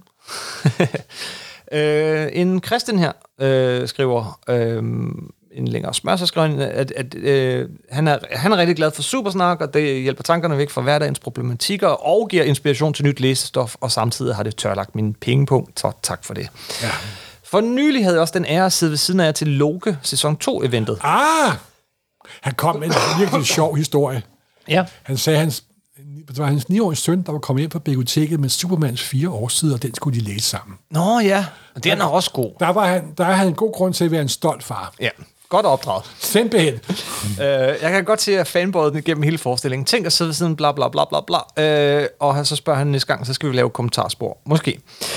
øh, en Christian her øh, skriver... Øh, en længere smør, så skriver han, at, at øh, han, er, han er rigtig glad for Supersnak, og det hjælper tankerne væk fra hverdagens problematikker, og giver inspiration til nyt læsestof, og samtidig har det tørlagt mine pengepunkt, så tak for det. Ja. For nylig havde jeg også den ære at sidde ved siden af jer til Loke sæson to-eventet. Ah! Han kom med en virkelig sjov historie. Ja. Han sagde, at hans, det var hans niårige søn, der var kommet ind på biblioteket med Supermans fire årsider, og den skulle de læse sammen. Nå ja, og den er også god. Der var han, der er han en god grund til at være en stolt far. Ja. Godt opdraget. Simpelthen. øh, jeg kan godt se, at fanboyet den gennem hele forestillingen. Tænk at sidde ved siden, bla bla bla bla bla. Øh, og så spørger han næste gang, så skal vi lave kommentarspor. Måske.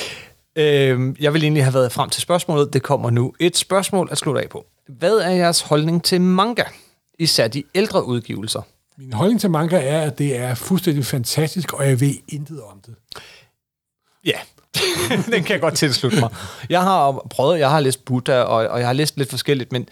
Øh, jeg vil egentlig have været frem til spørgsmålet. Det kommer nu. Et spørgsmål at slutte af på. Hvad er jeres holdning til manga? Især de ældre udgivelser. Min holdning til manga er, at det er fuldstændig fantastisk, og jeg ved intet om det. Ja, den kan jeg godt tilslutte mig. Jeg har prøvet, jeg har læst Buddha, og, og jeg har læst lidt forskelligt, men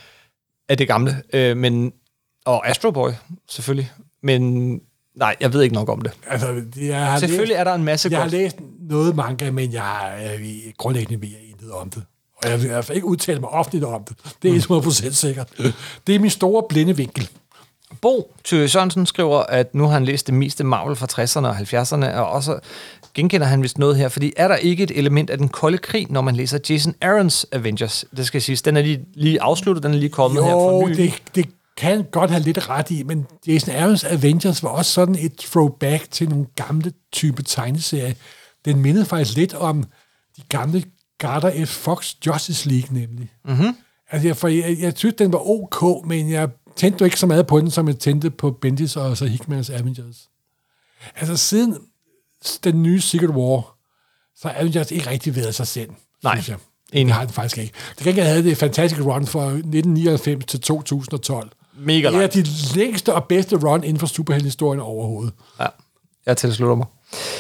af det gamle, øh, men og Astro Boy selvfølgelig, men nej, jeg ved ikke nok om det. Altså, jeg har selvfølgelig læst, er der en masse Jeg godt. har læst noget manga, men jeg er grundlæggende ved intet om det. Og jeg vil i hvert fald ikke udtale mig offentligt om det. Det er hundrede procent sikkert. Det er min store blinde vinkel. Bo Thøge Sørensen skriver, at nu har han læst det meste Marvel fra tresserne og halvfjerdserne, og også genkender han vist noget her, fordi er der ikke et element af den kolde krig, når man læser Jason Aaron's Avengers? Det skal siges, den er lige, lige afsluttet, den er lige kommet jo, her for nylig. det, det kan godt have lidt ret i, men Jason Aaron's Avengers var også sådan et throwback til nogle gamle type tegneserier. Den mindede faktisk lidt om de gamle Gardner F. Fox Justice League, nemlig. Mm-hmm. Altså, jeg, for jeg, jeg synes, den var ok, men jeg tændte ikke så meget på den, som jeg tændte på Bendis og så Hickmans Avengers. Altså, siden den nye Secret War, så har Avengers ikke rigtig været sig selv, Nej, synes jeg. enig. Det har den faktisk ikke. Det kan ikke have det fantastiske run fra nitten nioghalvfems til to tusind og tolv. Mega langt. Det er de længste og bedste run inden for superheltehistorien overhovedet. Ja, jeg tilslutter mig.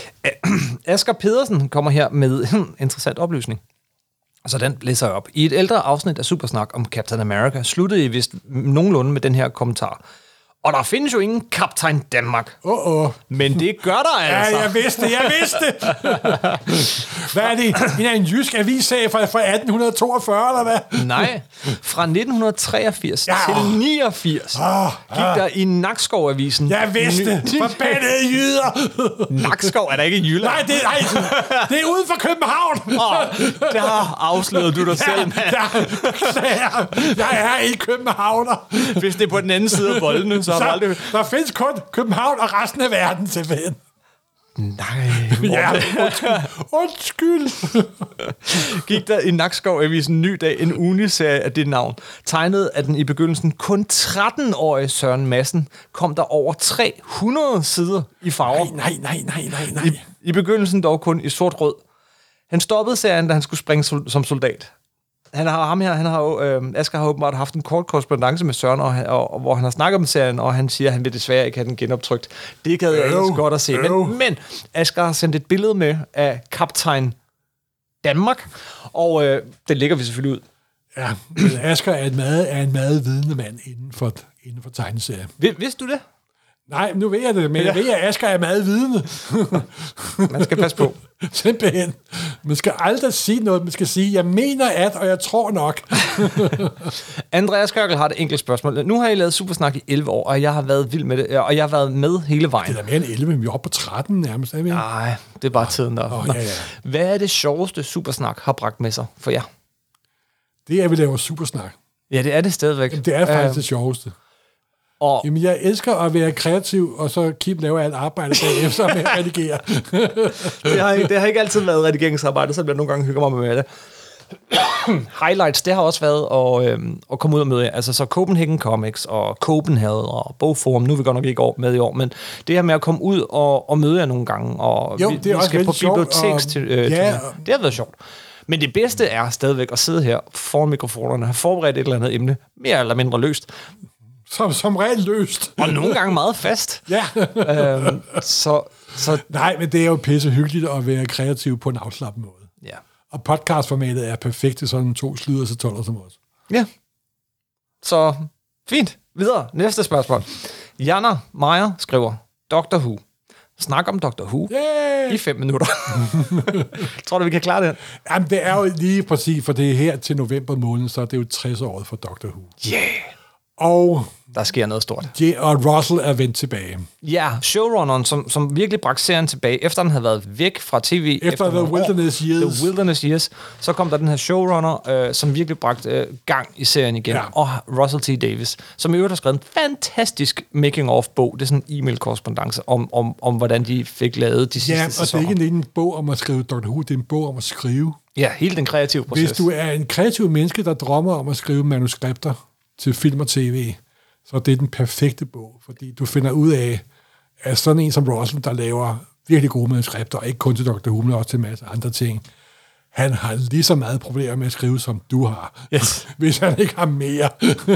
Asger Pedersen kommer her med en interessant oplysning. Så den læser jeg op. I et ældre afsnit af Supersnak om Captain America sluttede I vist nogenlunde med den her kommentar. Og der findes jo ingen Kaptajn Danmark. Åh, oh, oh. Men det gør der altså. Ja, jeg vidste det, jeg vidste det. Hvad er det? En af en jysk avisserie fra, fra atten toogfyrre, eller hvad? Nej, fra nitten treogfirs ja. til niogfirs oh, gik der i Nakskov-avisen... Jeg vidste det. Forbandede jyder. Nakskov er der ikke i Jylland. Nej, det, nej, det er uden for København. Oh, der afslørede du dig ja, selv, mand. Der, jeg er i Københavner. Hvis det er på den anden side af voldene, så, så aldrig... der findes kun København og resten af verden til ven. Nej, ja, undskyld. undskyld. Gik der i Nakskov-avisen Ny Dag en uniserie af det navn. Tegnet af den i begyndelsen kun tretten-årige Søren Madsen, kom der over tre hundrede sider i farver. Nej, nej, nej, nej, nej. I, I begyndelsen dog kun i sort-rød. Han stoppede serien, da han skulle springe sol- som soldat. han har ham her, han har jo, øh, Asger har åbenbart haft en kort korrespondance med Søren, og, og, og hvor han har snakket om serien, og han siger, at han vil desværre ikke have den genoptrykt. Det gad jeg ellers godt at se. Men, men Asger har sendt et billede med af kaptajn Danmark, og øh, det lægger vi selvfølgelig ud. Ja, Asger er, et meget, er en meget vidende mand inden for, inden for tegneserien. Vidste du det? Nej, nu ved jeg det, men ja. Jeg ved, at Asger er meget vidende. Man skal passe på. Simpelthen. Man skal aldrig sige noget. Man skal sige, jeg mener at, og jeg tror nok. Andreas Kørkel har et enkelt spørgsmål. Nu har I lavet Supersnak i elleve år, og jeg har været vild med det, og jeg har været med hele vejen. Det er da mere end elleve, men vi er oppe på tretten nærmest. Nej, det er bare tiden der. Oh, ja, ja. Hvad er det sjoveste Supersnak har bragt med sig for jer? Det er, at vi laver Supersnak. Ja, det er det stadigvæk. Jamen, det er faktisk uh, det sjoveste. Og Jamen, jeg elsker at være kreativ, og så Kim laver alt arbejde bagefter med at redigere. det, har, det har ikke altid været redigeringsarbejde, så jeg nogle gange hygger mig med det. Highlights, det har også været at, øhm, at komme ud og møde jer. Altså så Copenhagen Comics og Copenhagen og Bogforum, nu er vi godt nok ikke med i år, men det her med at komme ud og, og møde jer nogle gange, og jo, vi, det er vi også skal på biblioteks og, til, øh, ja, til det har været sjovt. Men det bedste er stadigvæk at sidde her foran mikrofonerne, have forberedt et eller andet emne, mere eller mindre løst. Som, som regel løst. Og nogle gange meget fast. Ja. øhm, så, så... Nej, men det er jo pisse hyggeligt at være kreativ på en afslappet måde. Ja. Og podcastformatet er perfekt til sådan to slyder til tolv som os. Ja. Så fint. Videre. Næste spørgsmål. Janner Meyer skriver, Doctor Who. Snak om Doctor Who Yay! i fem minutter. Tror du, vi kan klare det? Jamen, det er jo lige præcis, for det er her til november måned, så er det jo tres år for Doctor Who. Yeah. Og der sker noget stort. J- og Russell er vendt tilbage. Ja, showrunneren, som, som virkelig bragte serien tilbage, efter den havde været væk fra tv. Efter, efter The Wilderness år, Years. The Wilderness Years. Så kom der den her showrunner, øh, som virkelig bragte øh, gang i serien igen. Ja. Og Russell T. Davies, som i øvrigt har skrevet en fantastisk making-of-bog. Det er sådan en e-mail-korrespondance om, om, om, hvordan de fik lavet de sidste ja, sæsoner. Ja, og det er ikke en bog om at skrive Doctor Who, det er en bog om at skrive. Ja, hele den kreative proces. Hvis du er en kreativ menneske, der drømmer om at skrive manuskripter til film og tv, så det er den perfekte bog, fordi du finder ud af, at sådan en som Russell, der laver virkelig gode manuskripter, ikke kun til Doctor Who, men også til en masse andre ting, han har lige så meget problemer med at skrive, som du har, yes. hvis han ikke har mere.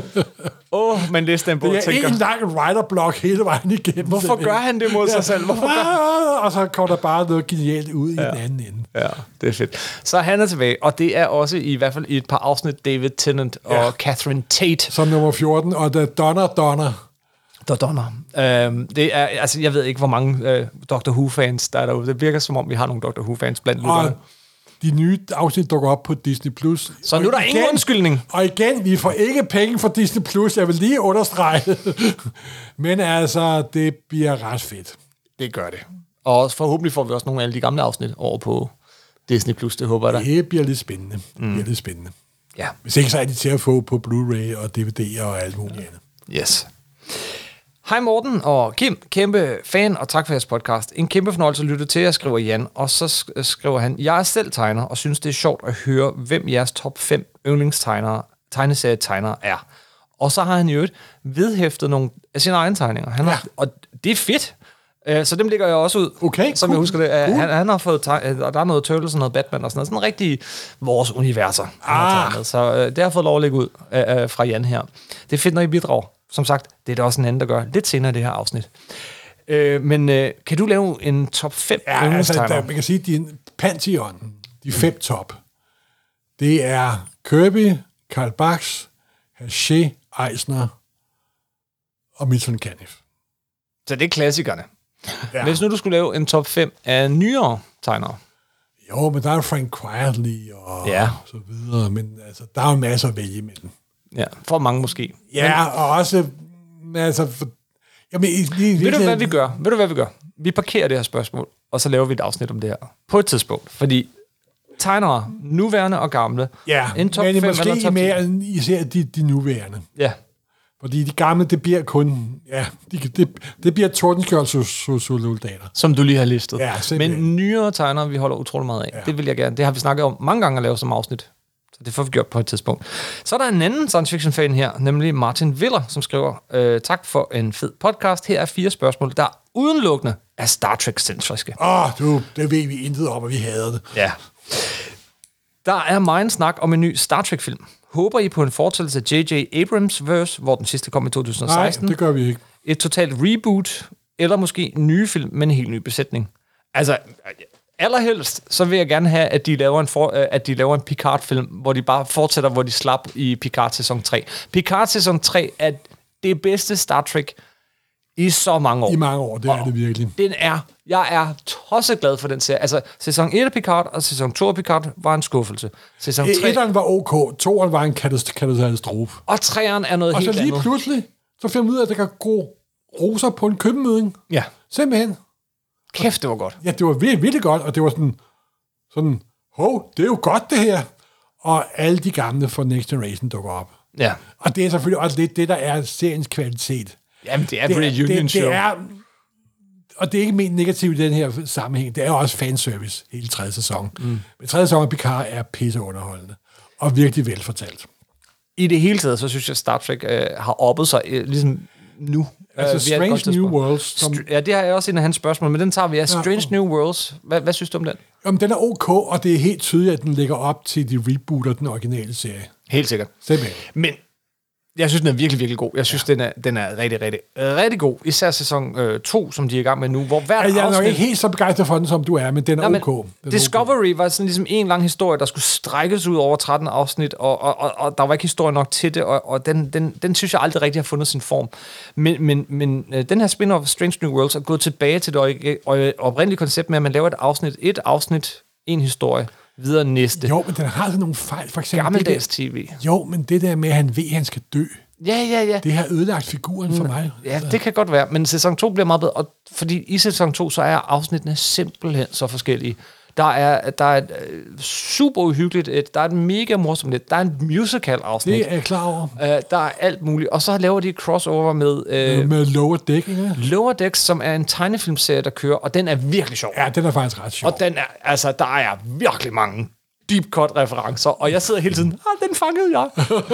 Åh, oh, men læs den bog, det er tænker. en lang writer-block hele vejen igennem. Hvorfor gør han det mod sig selv? Hvorfor gør... Og så kommer der bare noget genialt ud ja. i den anden ende. Ja, det er fedt. Så han er tilbage, og det er også i hvert fald i et par afsnit David Tennant og ja. Catherine Tate. Som nummer fjorten, og The Donner Donner. The Donner. Øhm, det er, altså, jeg ved ikke, hvor mange øh, Doctor Who-fans der er derude. Det virker, som om vi har nogle Doctor Who-fans blandt lytterne. De nye afsnit dukker op på Disney plus. Så nu er der igen, ingen undskyldning. Og igen, vi får ikke penge for Disney plus. Jeg vil lige understrege. Men altså, det bliver ret fedt. Det gør det. Og forhåbentlig får vi også nogle af alle de gamle afsnit over på Disney plus. Det håber jeg da. Det bliver lidt spændende. Det bliver mm. lidt spændende. Ja. Hvis ikke, så er de til at få på Blu-ray og D V D og alt muligt andet. Yes. Hej Morten og Kim, kæmpe fan, og tak for jeres podcast. En kæmpe fornøjelse at lytte til jer, skriver Jan. Og så skriver han, jeg er selv tegner, og synes, det er sjovt at høre, hvem jeres top fem yndlingstegnere, tegneserietegnere er. Og så har han jo et vedhæftet nogle af sine egne tegninger. Han har, ja. Og det er fedt. Så dem ligger jeg også ud, okay, som cool. jeg husker det. Cool. Han, han har fået tegnet, og der er noget Turtles og noget Batman og sådan noget. Sådan rigtig vores universer, han ah. har tegnet. Så det har fået lov at lægge ud uh, fra Jan her. Det er fedt, når I bidrager. Som sagt, det er der også en anden, der gør lidt senere i det her afsnit. Øh, men øh, kan du lave en top fem ja, altså, der, man kan sige, at din Pantheon, de fem top, det er Kirby, Carl Barks, Hergé, Eisner og Milton Caniff. Så det er klassikerne. Ja. Hvis nu du skulle lave en top fem af nyere tegnere. Jo, men der er Frank Quietly og ja. så videre, men altså, der er jo masser at vælge imellem. Ja, for mange måske. Ja, men, og også... Altså, for, jamen, i, i, ved du, hvad vi gør? Ved du, hvad vi gør? Vi parkerer det her spørgsmål, og så laver vi et afsnit om det her. På et tidspunkt. Fordi tegnere, nuværende og gamle... Ja, en top men fem måske eller top mere end især de, de nuværende. Ja. Fordi de gamle, det bliver kun... Ja, det, det, det bliver Tordenskjold-soldater. Som du lige har listet. Ja, men nyere tegnere, vi holder utrolig meget af. Ja. Det vil jeg gerne. Det har vi snakket om mange gange at lave som afsnit. Så det får vi gjort på et tidspunkt. Så er der en anden science fiction fan her, nemlig Martin Willer, som skriver, øh, tak for en fed podcast. Her er fire spørgsmål, der udelukkende er Star Trek-centriske. Åh, oh, du, det ved vi intet om, at vi havde det. Ja. Der er meget snak om en ny Star Trek-film. Håber I på en fortællelse af J J Abrams verse, hvor den sidste kom i to tusind og seksten? Nej, det gør vi ikke. Et totalt reboot, eller måske en ny film med en helt ny besætning. Altså, allerhelst, så vil jeg gerne have, at de laver en, for, at de laver en Picard-film, hvor de bare fortsætter, hvor de slap i Picard sæson tre. Picard sæson tre er det bedste Star Trek i så mange år. I mange år, det er det virkelig. Den er, jeg er tosset glad for den serie. Altså, sæson et af Picard og sæson to af Picard var en skuffelse. Sæson tre... Etteren var ok, toeren var en katastrofe. Og treeren er noget og helt andet. Og så lige pludselig, så finder man ud af, at der kan gå roser på en købmøding. Ja. Simpelthen. Kæft, det var godt. Ja, det var virkelig, virkelig godt, og det var sådan, sådan, hov, det er jo godt det her. Og alle de gamle fra Next Generation dukker op. Ja. Og det er selvfølgelig også lidt det, der er seriens kvalitet. Jamen, det er et reunion show. Det er, og det er ikke ment negativt i den her sammenhæng. Det er jo også fanservice hele tredje sæson. Mm. Men tredje sæson af Picard er pisseunderholdende. Og virkelig velfortalt. I det hele taget, så synes jeg, at Star Trek øh, har oppet sig øh, ligesom nu. Altså uh, Strange New Worlds. Som... Ja, det har jeg også en af hans spørgsmål, men den tager vi. Ja, Strange ja. New Worlds. Hvad, hvad synes du om den? Jamen, den er ok, og det er helt tydeligt, at den ligger op til de rebooter den originale serie. Helt sikkert. Simpelthen. Men jeg synes, den er virkelig, virkelig god. Jeg synes, ja. den, er, den er rigtig, rigtig, rigtig god. Især sæson øh, to, som de er i gang med nu, hvor hvert ja, jeg er afsnit... nok ikke helt så begejstret for den, som du er, men den er Nå, ok. Den Discovery er okay. var sådan ligesom en lang historie, der skulle strækkes ud over tretten afsnit, og, og, og, og der var ikke historie nok til det, og, og den, den, den synes jeg aldrig rigtig har fundet sin form. Men, men, men øh, den her spin-off, Strange New Worlds, er gået tilbage til det oprindelige koncept med, at man laver et afsnit, et afsnit, en historie, videre næste. Jo, men den har altså nogle fejl. For eksempel Gammeldags det der, T V. Jo, men det der med, at han ved, at han skal dø. Ja, ja, ja. Det har ødelagt figuren for mig. Ja, det kan godt være, men sæson to bliver meget bedre, og fordi i sæson to, så er afsnittene simpelthen så forskellige. Der er, der er et super uhyggeligt, et, der er et mega morsomt lidt, der er en musical-afsnit. Det er jeg klar over. Uh, der er alt muligt, og så laver de et crossover med... Uh, med Lower Deck, ikke? Lower Decks, som er en tegnefilmserie, der kører, og den er virkelig sjov. Ja, den er faktisk ret sjov. Og den er, altså, der er virkelig mange deep cut referencer, og jeg sidder hele tiden, ah, den fangede jeg.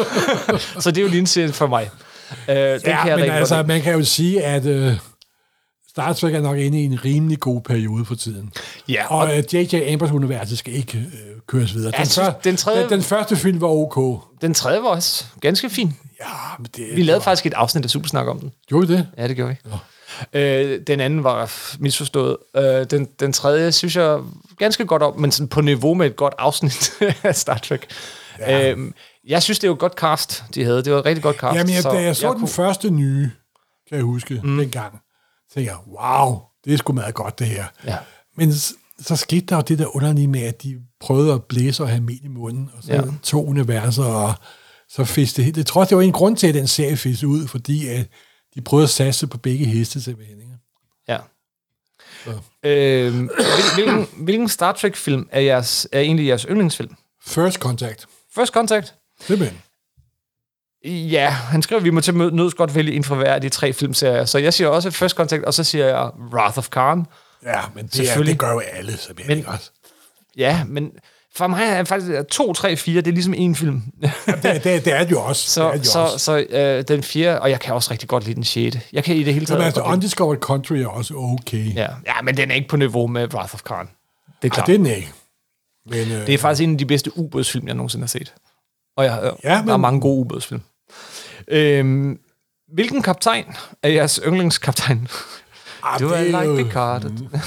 Så det er jo lige en serie for mig. Uh, den ja, kan jeg men altså, godt. man kan jo sige, at uh, Star Trek er nok inde i en rimelig god periode for tiden. Ja, og uh, J J Abrams-universet skal ikke uh, køres videre. Den, synes, før, den, tredje, den, den første film var ok. Den tredje var også ganske fin. Ja, men det... Vi lavede faktisk et afsnit af Supersnak om den. Gjorde vi det? Ja, det gjorde vi. Ja. Øh, den anden var misforstået. Øh, den, den tredje synes jeg ganske godt om, men sådan på niveau med et godt afsnit af Star Trek. Ja. Øh, jeg synes, det var et godt cast, de havde. Det var et rigtig godt cast. Jamen, jeg, så da jeg så jeg den kunne... første nye, kan jeg huske, mm. dengang, så tænkte jeg, wow, det er sgu meget godt, det her. Ja. Men så, så skete der jo det der underlige med, at de prøvede at blæse og have mel i munden, og så ja. to universer, og så fisk det helt. Jeg tror, det var en grund til, at den serie fisk ud, fordi at de prøvede at satse på begge heste simpelthen. Ja. Øh, hvilken, hvilken Star Trek-film er, jeres, er egentlig jeres yndlingsfilm? First Contact. First Contact? Simpelthen. Ja, han skriver, at vi må til nøds godt vælge en fra hver af de tre filmserier. Så jeg siger også First Contact, og så siger jeg Wrath of Khan. Ja, men det, er, det gør jo alle, så bliver det godt. Ja, men for mig er faktisk to, tre, fire, det er ligesom en film. Ja, det, det, det er det jo også. Så, det så, også. så øh, den fjerde, og jeg kan også rigtig godt lide den sjette. Jeg kan i det hele taget... Men altså, Undiscovered Country er også okay. Ja. ja, men den er ikke på niveau med Wrath of Khan. Det er klart. Ej, det er den ikke. Men, øh... det er faktisk en af de bedste ubådsfilm, jeg nogensinde har set. Og jeg, øh, ja, men... der er mange gode ubådsfilm. Øhm, hvilken kaptajn er jeres yndlingskaptajn? Ah, du er like jo... Picard.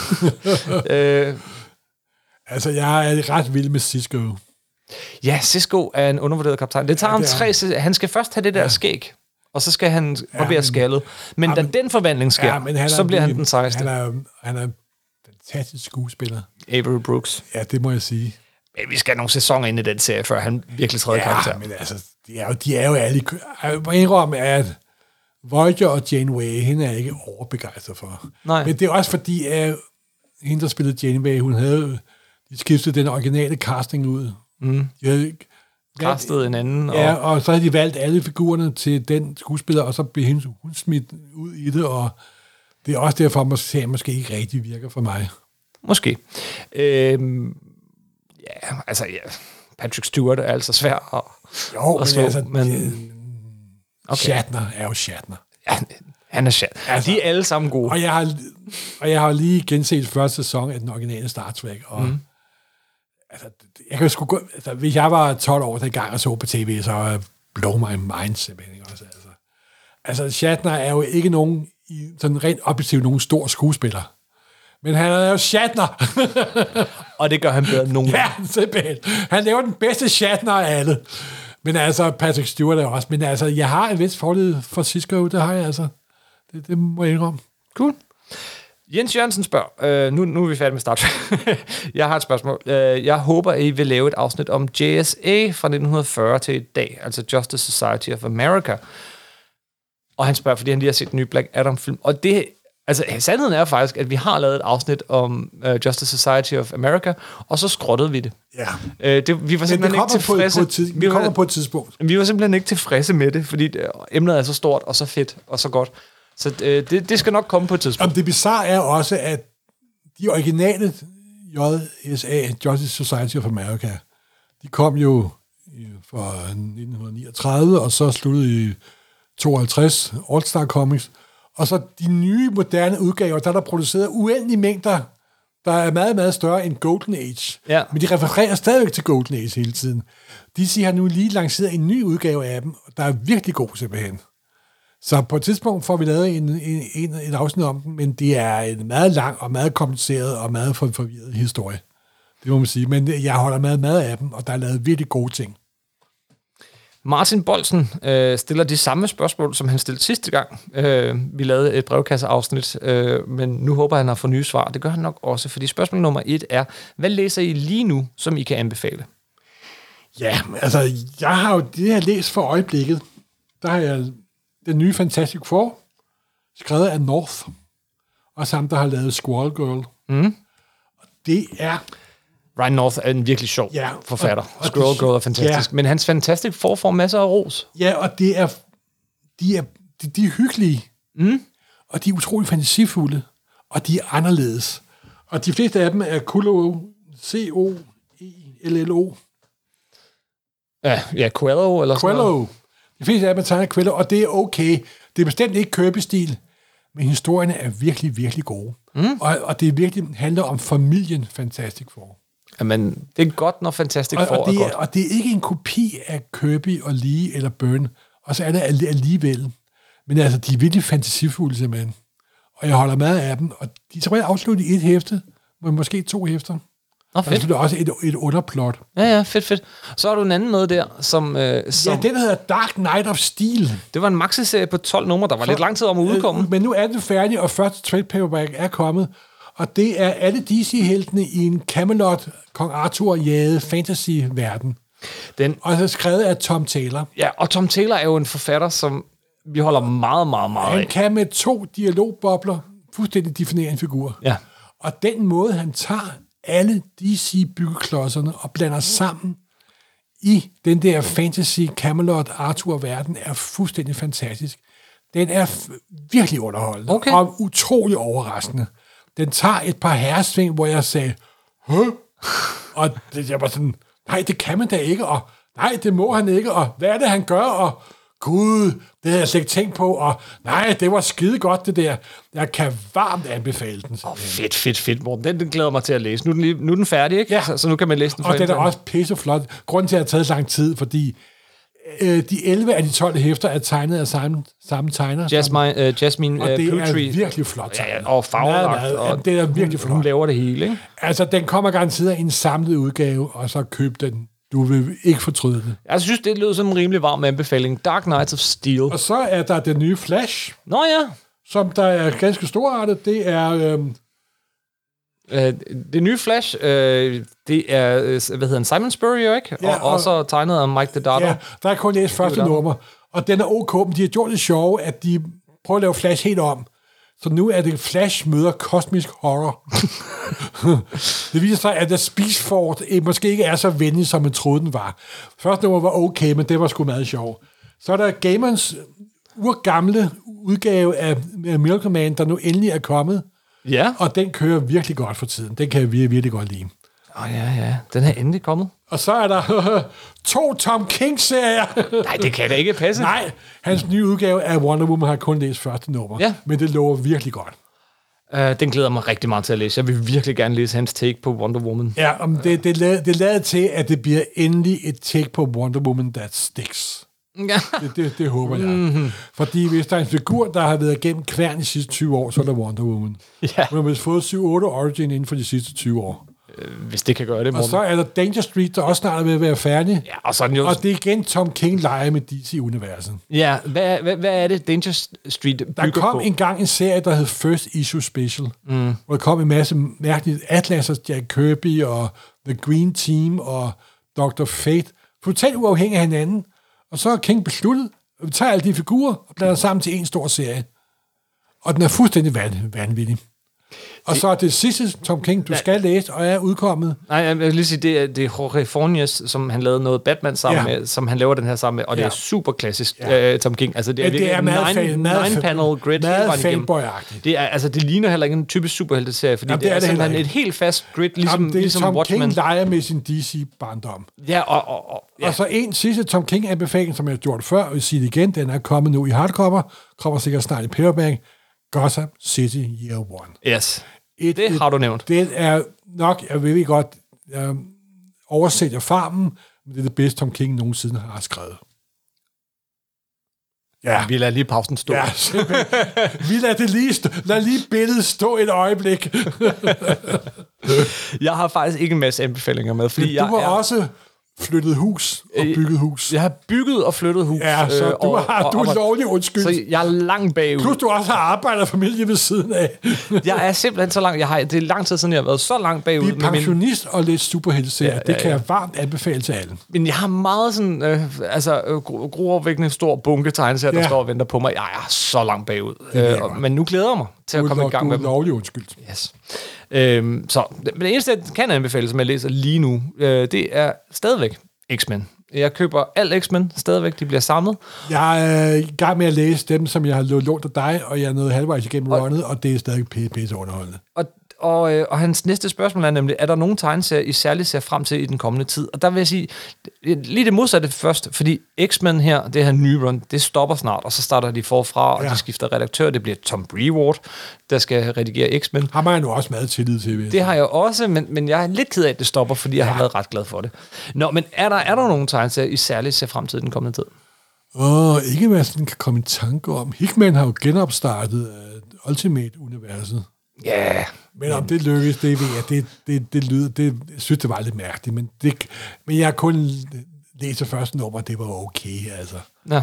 øh, altså, jeg er ret vild med Sisko. Ja, Sisko er en undervurderet kaptajn. Det tager ja, det ham tre... Han skal først have det der ja. skæg, og så skal han barbere ja, skaldet. Men ja, da men, den forvandling sker, ja, men så bliver han den sejeste. Han er, han er en fantastisk skuespiller. Avery Brooks. Ja, det må jeg sige. Men vi skal have nogle sæsoner ind i den serie, før han virkelig træder ja, karakter. Ja, men altså, de er jo, de er jo alle... Jeg må indrømme, at Voyager og Janeway, hende er jeg ikke overbegejstret for. Nej. Men det er også fordi, at hende, der spillede Janeway, hun havde... De skiftede den originale casting ud. Mm. De havde castet en anden. Og... Ja, og så havde de valgt alle figurerne til den skuespiller, og så blev hende, hun smidt ud i det, og det er også derfor, at serien måske ikke rigtig virker for mig. Måske. Øhm, ja, altså, ja. Patrick Stewart er altså svær at, jo, at slå. Men altså, men... Okay. Shatner er jo Shatner. Ja, han er Shatner. Altså, de er alle sammen gode. Og jeg har, og jeg har lige genset første sæson af den originale Star Trek, og mm. Altså, jeg kan sgu gå, altså, hvis jeg var tolv år dengang og så på tv, så var blow my mind simpelthen. Også, altså. altså, Shatner er jo ikke nogen, i, sådan rent objektivt, nogen stor skuespiller. Men han er jo Shatner. Og det gør han bedre end nogen. Ja, simpelthen. Han laver den bedste Shatner af alle. Men altså, Patrick Stewart er også. Men altså, jeg har en vis fordel for Cisco, det har jeg altså. Det, det må jeg indrømme. Cool. Jens Jørgensen spørger, øh, nu, nu er vi færdige med Star Trek. Jeg har et spørgsmål. Øh, jeg håber, at I vil lave et afsnit om J S A fra nitten fyrre til i dag, altså Justice Society of America. Og han spørger, fordi han lige har set den nye Black Adam-film. Og det, altså sandheden er faktisk, at vi har lavet et afsnit om uh, Justice Society of America, og så skrottede vi det. Ja. Øh, det vi var simpelthen ikke tilfredse. På, på tid, vi kommer var, på et tidspunkt. Vi var simpelthen ikke tilfredse med det, fordi det, emnet er så stort og så fedt og så godt. Så øh, det, det skal nok komme på et tidspunkt. Jamen, det bizarre er også, at de originale J S A, Justice Society of America, de kom jo fra nitten niogtredive, og så sluttede i tooghalvtreds All Star Comics. Og så de nye, moderne udgaver, der er der produceret uendelige mængder, der er meget, meget større end Golden Age. Ja. Men de refererer stadigvæk til Golden Age hele tiden. D C har nu lige lanceret en ny udgave af dem, der er virkelig god simpelthen. Så på et tidspunkt får vi lavet en, en, en, en afsnit om den, men det er en meget lang og meget kompliceret og meget forvirret historie. Det må man sige. Men jeg holder meget, meget af dem, og der er lavet virkelig gode ting. Martin Bolsen øh, stiller de samme spørgsmål, som han stillede sidste gang. Øh, vi lavede et brevkasseafsnit, øh, men nu håber han har fået nye svar. Det gør han nok også, fordi spørgsmål nummer et er, hvad læser I lige nu, som I kan anbefale? Ja, altså, jeg har jo det, jeg læst for øjeblikket. Der har jeg den nye Fantastic Four, skrevet af North, og sammen der har lavet Squirrel Girl. Mm. Og det er... Ryan North er en virkelig sjov ja, forfatter. Og, og Squirrel Girl er fantastisk. Ja. Men hans Fantastic Four får masser af ros. Ja, og det er, de, er, de, de er hyggelige. Mm. Og de er utrolig fantasifulde. Og de er anderledes. Og de fleste af dem er C O E L L O. Ja, ja, Quello eller sådan noget. De fleste af dem er tegnet Quello, og det er okay. Det er bestemt ikke Kirby-stil, men historierne er virkelig, virkelig gode. Mm. Og, og det virkelig handler om familien Fantastic Four. Jamen, det er godt, når Fantastic Four og, og er, er godt. Og det er ikke en kopi af Kirby og Lee eller Byrne, og så er det alligevel. Men altså, de er virkelig fantasifulde simpelthen. Og jeg holder meget af dem, og de er så afsluttet i et hæfte, men måske to hæfter. Nå, fedt. Og det er også et, et underplot. Ja, ja, fedt, fedt. Så har du en anden med der, som... Øh, som ja, den hedder Dark Knight of Steel. Det var en maxiserie på tolv numre, der var så, lidt lang tid om at udkomme. Øh, men nu er den færdig, og første trade paperback er kommet. Og det er alle D C-heltene i en Camelot, Kong Arthur-jagede fantasy-verden. Den, og det er skrevet af Tom Taylor. Ja, og Tom Taylor er jo en forfatter, som vi holder meget, meget, meget Han af. kan med to dialogbobler fuldstændig definere en figur. Ja. Og den måde, han tager alle D C-byggeklodserne og blander sammen i den der fantasy Camelot Arthur-verden, er fuldstændig fantastisk. Den er f- virkelig underholdende okay. og utrolig overraskende. Den tager et par herresving, hvor jeg sagde, Hø? Og det, jeg var sådan, nej, det kan man da ikke, og nej, det må han ikke, og hvad er det, han gør, og gud, det havde jeg slet ikke tænkt på, og nej, det var skide godt, det der. Jeg kan varmt anbefale den. Oh, fedt, fedt, fedt, Morten. Den, den glæder mig til at læse. Nu er den, lige, nu er den færdig, ikke? Ja. Så, så nu kan man læse den. Og den er også pisseflot. Grunden til, at det har taget lang tid, fordi øh, de elleve af de tolv hæfter er tegnet af samme, samme tegner. Jasmine, uh, Jasmine og det uh, er virkelig flot. Ja, ja, og farvelagt. Og det er virkelig flot. Hun laver det hele, ikke? Altså, den kommer garanteret i en samlet udgave, og så køb den. Du vil ikke fortryde det. Jeg synes, det lyder som en rimelig varm anbefaling. Dark Knights of Steel. Og så er der den nye Flash. Nå ja. Som der er ganske storartet. Det er... Øhm, øh, det nye Flash, øh, det er, hvad hedder han, Simon Spurrier, ikke? Ja, og, og også tegnet af Mike Deodato. Ja, der er kun læst første nummer. Og den er ok, men de har gjort det sjove, at de prøver at lave Flash helt om. Så nu er det Flash møder kosmisk horror. Det viser sig, at Speedford måske ikke er så venlig, som man troede, den var. Første nummer var okay, men det var sgu meget sjov. Så er der Gamerens urgamle udgave af Miracle Man, der nu endelig er kommet. Ja. Og den kører virkelig godt for tiden. Den kan jeg virkelig, virkelig godt lide. Åh oh, ja, ja. Den er endelig kommet. Og så er der to Tom King-serier. Nej, det kan da ikke passe. Nej, hans nye udgave af Wonder Woman har kun læst første nummer. Ja. Men det lover virkelig godt. Uh, den glæder mig rigtig meget til at læse. Jeg vil virkelig gerne læse hans take på Wonder Woman. Ja, om det, det, lader, det lader til, at det bliver endelig et take på Wonder Woman, that sticks. Ja. Det, det, det håber jeg. Mm-hmm. Fordi hvis der er en figur, der har været igennem kværn de sidste tyve år, så er der Wonder Woman. Ja. Hun har fået syv otte origin inden for de sidste tyve år. Hvis det kan gøre det, og så er der Danger Street, der også snart er ved at være færdig. Ja, og, så er den jo... og det er igen Tom King leger med D C-universet. Ja, hvad, hvad, hvad er det, Danger Street bygger Der kom på? engang en serie, der hed First Issue Special, mm. hvor der kom en masse mærkeligt Atlas og Jack Kirby og The Green Team og doktor Fate. Totalt uafhængig af hinanden. Og så har King besluttet, at vi tager alle de figurer og blander sammen til en stor serie. Og den er fuldstændig van- vanvittig. Og så er det sidste Tom King, du ja. skal læse, og er udkommet. Nej, jeg vil lige sige, det er, det er Jorge Fornes, som han lavede noget Batman sammen ja. med, som han laver den her sammen med, og det ja. er super klassisk ja. uh, Tom King. Altså, det er, ja, det er meget nine, fan, nine panel grid. Meget fanboy-agtigt. Det er, altså, det ligner heller ikke en typisk superhelteserie, fordi Jamen, det, det er, er simpelthen et helt fast grid, ligesom, Jamen, det er ligesom Tom Watchmen. King leger med sin D C-barndom. Ja, og, og, og, ja. og så en sidste Tom King-anbefaling, som jeg har gjort før, og jeg siger det igen, den er kommet nu i hardcover, kommer sikkert snart i paperback, Gotham City Year One. Yes. Et, det har du nævnt. Det er nok, jeg ved godt, jeg oversætter farmen, men det er det bedste, Tom King nogensinde har skrevet. Ja. Vi lader lige pausen stå. Ja, vi lader det lige stå. Lad lige billedet stå et øjeblik. Jeg har faktisk ikke en masse anbefalinger med, fordi du jeg har er... også flyttet hus og bygget hus. Jeg har bygget og flyttet hus. Ja, så du, og, har, og, du er og, lovlig undskyld. Så jeg er langt bagud. Plus du også har arbejderfamilie ved siden af. Jeg er simpelthen så langt. Jeg har, det er lang tid siden, jeg har været så langt bagud. Vi er pensionist min... og lidt superhelteserier. Ja, ja, ja. Det kan jeg varmt anbefale til alle. Men jeg har meget sådan, øh, altså, øh, groopvækkende stor bunke tegneserier, der ja. står og venter på mig. Jeg er så langt bagud. Øh, men nu glæder jeg mig til at komme i gang med dem. Du er lovlig undskyld. Yes. Øhm, så, men det eneste, jeg kan anbefale, som jeg læser lige nu, øh, det er stadigvæk X-Men. Jeg køber alt X-Men stadigvæk, de bliver samlet. Jeg er i gang med at læse dem, som jeg har lånt af dig, og jeg er nået halvvejs igennem og, runnet, og det er stadig pisse underholdende. Og, og, og hans næste spørgsmål er nemlig, er der nogen tegneserier, I særligt ser frem til i den kommende tid? Og der vil jeg sige, lige det modsatte først, fordi X-Men her, det her nye run, det stopper snart, og så starter de forfra, og ja. de skifter redaktør. Det bliver Tom Brevoort, der skal redigere X-Men. Har man jo også meget tillid til. Det har jeg også, men, men jeg er lidt ked af, at det stopper, fordi jeg ja. har været ret glad for det. Nå, men er der, er der nogen tegneserier, I særligt ser frem til i den kommende tid? Åh, oh, ikke hvad sådan kan komme i tanke om. Hickman har jo genopstartet uh, Ultimate-universet. Ja. Yeah. Men om det lykkes, det ved jeg, det, det, det lyder, det, jeg synes, det var lidt mærkeligt, men, det, men jeg har kun læst første nummer, det var okay, altså. Ja.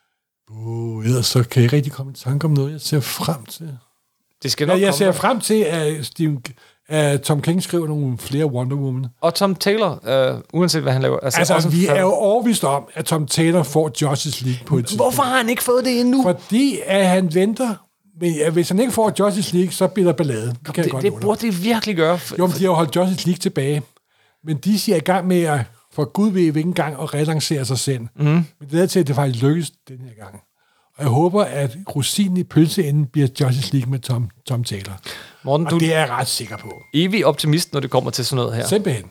Uh, ellers så kan jeg rigtig komme i tanke om noget, jeg ser frem til. Det skal nok ja, jeg komme ser der. frem til, at, Steven, at Tom King skriver nogle flere Wonder Woman. Og Tom Taylor, øh, uanset hvad han laver. Altså, altså også vi er jo overbevist om, at Tom Taylor får Justice League på et tidspunkt. Hvorfor har han ikke fået det endnu? Fordi at han venter. Men ja, hvis han ikke får Justice League, så bliver der ballade. Det, kan det, jeg godt det burde det virkelig gøre. Jo, men de har holdt Justice League tilbage. Men de siger i gang med at, for Gud ved hvilken gang, at relancere sig selv. Mm. Men det er til, at det faktisk lykkes den her gang. Og jeg håber, at rosinen i pølseenden bliver Justice League med Tom, Tom Taylor. Morten, og du det er jeg ret sikker på. Evig optimist, når det kommer til sådan noget her. Simpelthen.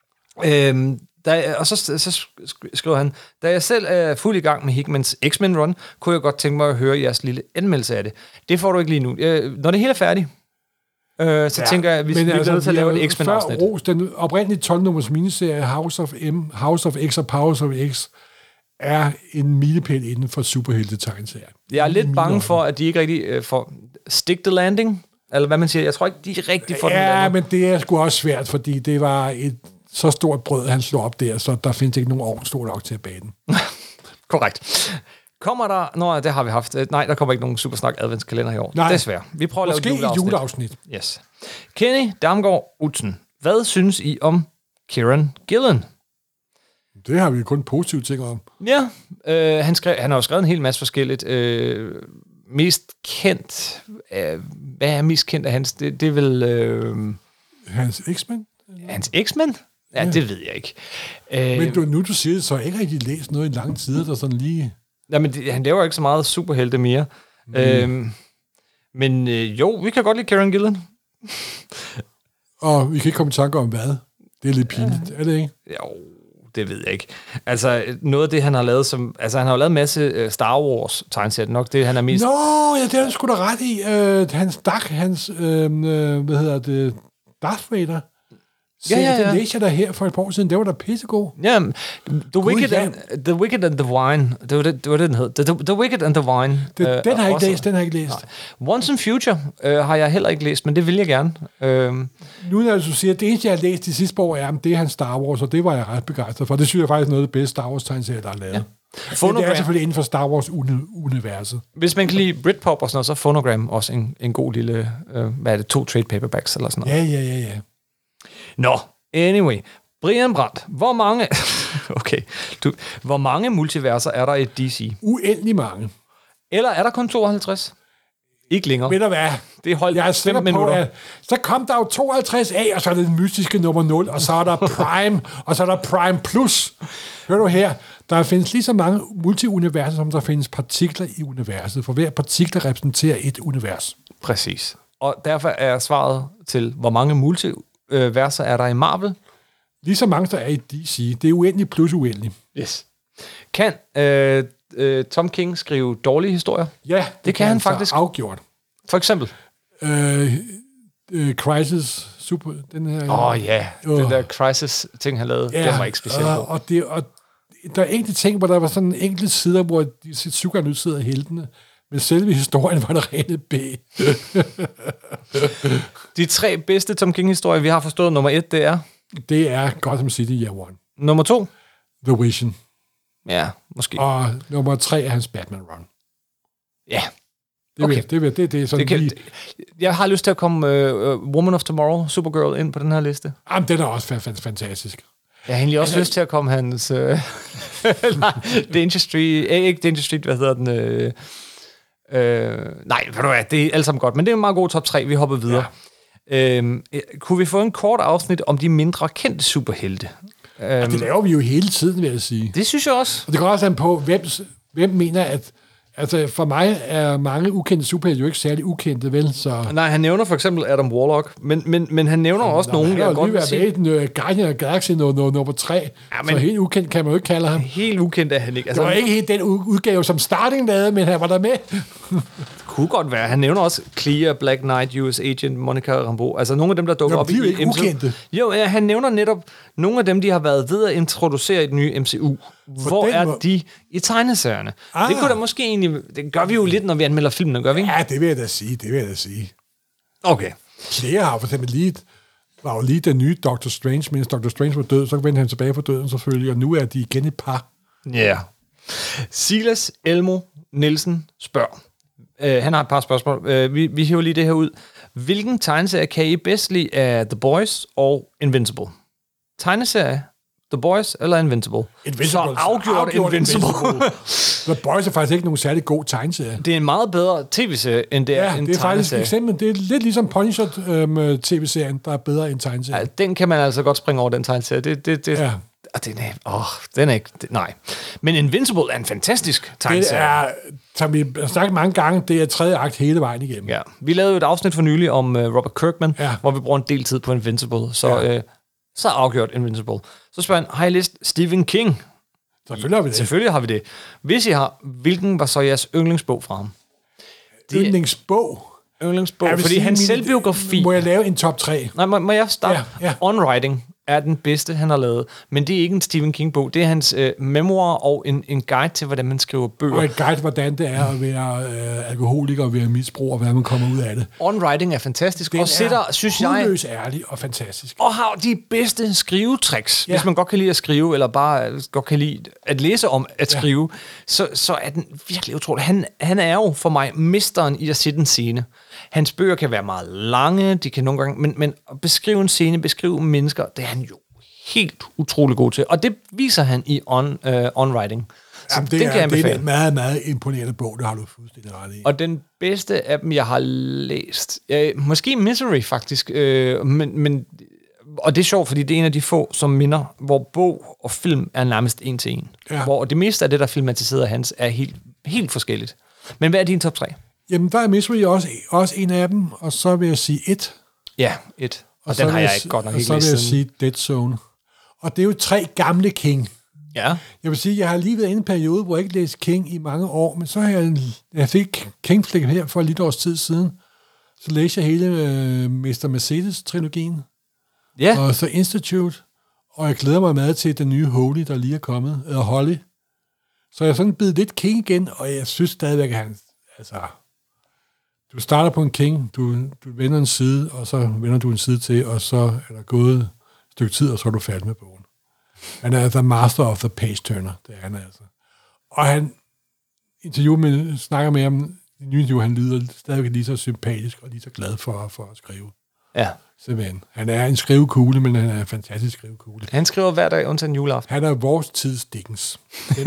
Øhm, der, og så, så skriver han, da jeg selv er fuld i gang med Hickmans X-Men Run, kunne jeg godt tænke mig at høre jeres lille anmeldelse af det. Det får du ikke lige nu. Øh, når det hele er færdigt, øh, så ja, tænker jeg, at vi skal altså, nødt til at lave et X-Men-afsnit. Ros, den oprindelige tolv-nummers miniserie House of M, House of X og Powers of X er en milepæl inden for superhelte-tegneserier. Jeg er lidt bange for, at de ikke rigtig øh, får stick the landing, eller hvad man siger. Jeg tror ikke, de er rigtig får ja, den Ja, men det er sgu også svært, fordi det var et så stort brød, han slår op der, så der findes ikke nogen ovn stor nok til at bage den. Korrekt. Kommer der... Nå, det har vi haft. Nej, der kommer ikke nogen Supersnak adventskalender i år. Nej. Desværre. Vi prøver Måske at lave et juleafsnit. juleafsnit. Yes. Kenny Damgaard Utzen. Hvad synes I om Kieran Gillen? Det har vi kun positive ting om. Ja, øh, han, skrev, han har jo skrevet en hel masse forskelligt. Øh, mest kendt... Øh, hvad er mest kendt af hans? Det, det er vel... Øh, hans X-Men? Hans X-Men? Ja, ja, det ved jeg ikke. Øh, men du, nu du siger det, så har jeg ikke rigtig læst noget i lang tid, der sådan lige... Nej, men det, han laver ikke så meget superhelte mere. Mm. Øh, men øh, jo, vi kan godt lide Kieran Gillen. Og vi kan ikke komme i tanke om hvad. Det er lidt pinligt, ja. Er det ikke? Jo, det ved jeg ikke. Altså, noget af det, han har lavet som... Altså, han har jo lavet en masse Star Wars tegnesæt, nok det, han er mest... Nå, ja, det er han sgu da ret i. Uh, hans Dark, hans... Uh, hvad hedder det? Darth Vader. Ja, ja, ja. Det læste jeg der her for et par år siden. Det var da pissegod. Ja, The Wicked, ja. and, the Wicked and the Wine. Det var det, det, var det den hed. The, the Wicked and the Wine. Det, øh, den har jeg ikke også, læst, den har jeg ikke læst. Nej. Once in Future øh, har jeg heller ikke læst, men det vil jeg gerne. Øh, nu når du siger, at det eneste, jeg har læst de sidste par år, er, det er hans Star Wars, og det var jeg ret begejstret for. Det synes jeg faktisk er noget af det bedste Star Wars-tegneserier, der er lavet. Ja. Men det er selvfølgelig inden for Star Wars-universet. Hvis man kan lide Britpop og sådan noget, så er Phonogram også en, en god lille, øh, hvad er det, to trade paperbacks eller sådan noget. Ja, ja, ja, ja. Nå, anyway. Brian Brandt, hvor mange... okay, du, hvor mange multiverser er der i D C? Uendelig mange. Eller er der kun tooghalvtreds? Ikke længere. Ved du hvad? Det holdt jeg er fem minutter. På, at så kom der jo tooghalvtreds af, og så er det den mystiske nummer nul, og så er der Prime, og så er der Prime Plus. Hør du her? Der findes lige så mange multiuniverser, som der findes partikler i universet, for hver partikler repræsenterer et univers. Præcis. Og derfor er svaret til, hvor mange multiverser er der i Marvel? Lige så mange, der er i D C. Det er uendeligt plus uendeligt. Yes. Kan øh, øh, Tom King skrive dårlige historier? Ja, det, det kan, kan han faktisk. Afgjort. For eksempel? Øh, øh, Crisis Super, den her... Åh oh, ja, yeah. den der Crisis-ting, han lavede, ja, den var ikke specielt god. Og, og, det, og der er enkelte ting, hvor der var sådan enkelte sider, hvor de supernydsede heltene, men selve historien var der rene B. De tre bedste Tom King-historier, vi har forstået, nummer et, det er... Det er Gotham City Year One. Nummer to? The Vision. Ja, måske. Og nummer tre er hans Batman Run. Ja. Det okay. det, det, det, det er sådan det kan, lige... Jeg har lyst til at komme uh, Woman of Tomorrow, Supergirl, ind på den her liste. Jamen, den er også f- f- fantastisk. Jeg har egentlig også altså, lyst til at komme hans... Uh, nej, Danger Street... Eh, ikke Danger Street, hvad hedder den? Uh, uh, nej, ved du hvad, det er alt sammen godt, men det er en meget god top tre. Vi hopper videre. Ja. Uh, kunne vi få en kort afsnit om de mindre kendte superhelte? Uh, ja, det laver vi jo hele tiden, vil jeg sige. Det synes jeg også. Og det går også an på, hvem, hvem mener, at... Altså, for mig er mange ukendte superhelte jo ikke særlig ukendte, vel? Så... Nej, han nævner for eksempel Adam Warlock, men, men, men han nævner også Nå, nogen, jeg godt vil sige. Han har lige været med i Guardians of the Galaxy nummer tre, ja, så helt ukendt kan man jo ikke kalde ham. Helt ukendt er han ikke. Altså, det var ikke helt den udgave, som Starting lavede, men han var der med. Kunne godt være. Han nævner også Clea, Black Knight, U S Agent, Monica Rambeau. Altså nogle af dem, der dukker jo, op de er jo i ikke M C U. Ukendte. Jo, ja, han nævner netop nogle af dem, de har været ved at introducere i den nye M C U. For Hvor er må... de i tegneserierne? Ah. Det kunne da måske egentlig... Det gør vi jo lidt, når vi anmelder filmene, gør vi ikke? Ja, det vil jeg da sige. Det vil jeg da sige. Okay. Clea har for eksempel lige... var jo lige den nye Doctor Strange, mens Doctor Strange var død, så vendte han tilbage på døden selvfølgelig, og nu er de igen et par. Ja. Yeah. Silas Elmo Nielsen spørger. Uh, han har et par spørgsmål. Uh, vi, vi hiver lige det her ud. Hvilken tegneserie kan I bedst lide af The Boys og Invincible? Tegneserie, The Boys eller Invincible? Invincible. Så afgjort, afgjort Invincible. Invincible. The Boys er faktisk ikke nogen særlig god tegneserie. Det er en meget bedre tv-serie, end det er ja, en det er tegneserie. Faktisk eksempel, det er lidt ligesom Punisher øhm, tv-serien, der er bedre end tegneserien. Ja, den kan man altså godt springe over, den tegneserie. Det, det, det, ja. Den er, åh, den er ikke... Det, nej. Men Invincible er en fantastisk tegneserie. Det er, som vi har sagt mange gange, det er tredje akt hele vejen igennem. Ja. Vi lavede jo et afsnit for nylig om uh, Robert Kirkman, ja. hvor vi bruger en del tid på Invincible. Så, ja. øh, så afgjort Invincible. Så spørger han, har I læst Stephen King? Selvfølgelig har vi det. Selvfølgelig har vi det. Hvis I har, hvilken var så jeres yndlingsbog fra ham? Det, yndlingsbog? Yndlingsbog, fordi sige, hans selvbiografi... Må jeg lave en top tre? Nej, må, må jeg starte? Ja, ja. On Writing er den bedste, han har lavet. Men det er ikke en Stephen King-bog. Det er hans øh, memoir og en, en guide til, hvordan man skriver bøger. Og en guide, hvordan det er at være øh, alkoholiker og være misbrug, og hvordan man kommer ud af det. On Writing er fantastisk. Den og sætter, er synes jeg, hudløs ærlig og fantastisk. Og har de bedste skrivetricks. Ja. Hvis man godt kan lide at skrive, eller bare godt kan lide at læse om at skrive, ja. så, så er den virkelig utrolig. Han, han er jo for mig mesteren i at sætte en scene. Hans bøger kan være meget lange, de kan nogle gange, men, men at beskrive en scene, beskrive mennesker, det er han jo helt utrolig god til. Og det viser han i On, uh, on Writing. Så Jamen, det, den er, kan jeg det er en meget, meget imponerende bog, det har du fuldstændig ret i. Og den bedste af dem, jeg har læst, ja, måske Misery faktisk, øh, men, men, og det er sjovt, fordi det er en af de få, som minder, hvor bog og film er nærmest en til en. Ja. Hvor det meste af det, der filmatiseret af hans, er helt, helt forskelligt. Men hvad er din top tre? Jamen, der er Misery også, også en af dem, og så vil jeg sige et. Ja, et. Og, og den har jeg ikke godt nok ikke læst. Og så vil jeg sige Dead Zone. Og det er jo tre gamle King. Ja. Jeg vil sige, jeg har lige været i en periode, hvor jeg ikke læste King i mange år, men så har jeg, jeg fik King-flik her for lidt års tid siden. Så læste jeg hele øh, mister Mercedes-trilogien. Ja. Og så Institute. Og jeg glæder mig meget til den nye Holy, der lige er kommet. Eller Holly. Så jeg er sådan blevet lidt King igen, og jeg synes stadigvæk, at han... Altså, du starter på en King, du, du vender en side, og så vender du en side til, og så er der gået et stykke tid, og så er du færdig med bogen. Han er altså master of the page turner, det er han altså. Og han interviewer med, snakker med ham, i nye interview, han lyder stadigvæk lige så sympatisk, og lige så glad for, for at skrive. Ja. Simpelthen. Han er en skrivekugle, men han er en fantastisk skrivekugle. Han skriver hver dag, undtagen juleaften. Han er vores tids Dickens.